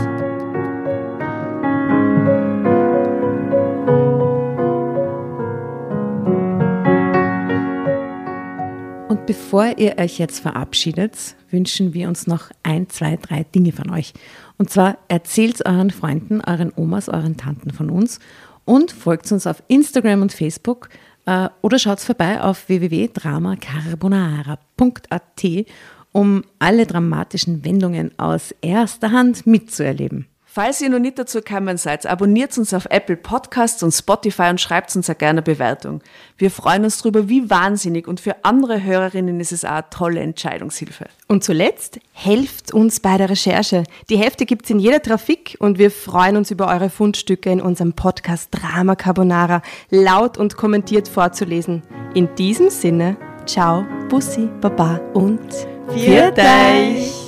Und bevor ihr euch jetzt verabschiedet, wünschen wir uns noch 1, 2, 3 Dinge von euch. Und zwar erzählt euren Freunden, euren Omas, euren Tanten von uns und folgt uns auf Instagram und Facebook oder schaut vorbei auf www.dramacarbonara.at, um alle dramatischen Wendungen aus erster Hand mitzuerleben. Falls ihr noch nicht dazu gekommen seid, abonniert uns auf Apple Podcasts und Spotify und schreibt uns eine gerne Bewertung. Wir freuen uns darüber wie wahnsinnig und für andere Hörerinnen ist es auch eine tolle Entscheidungshilfe. Und zuletzt, helft uns bei der Recherche. Die Hefte gibt es in jeder Trafik und wir freuen uns über eure Fundstücke in unserem Podcast Drama Carbonara laut und kommentiert vorzulesen. In diesem Sinne, ciao, Bussi, Baba und Viert euch!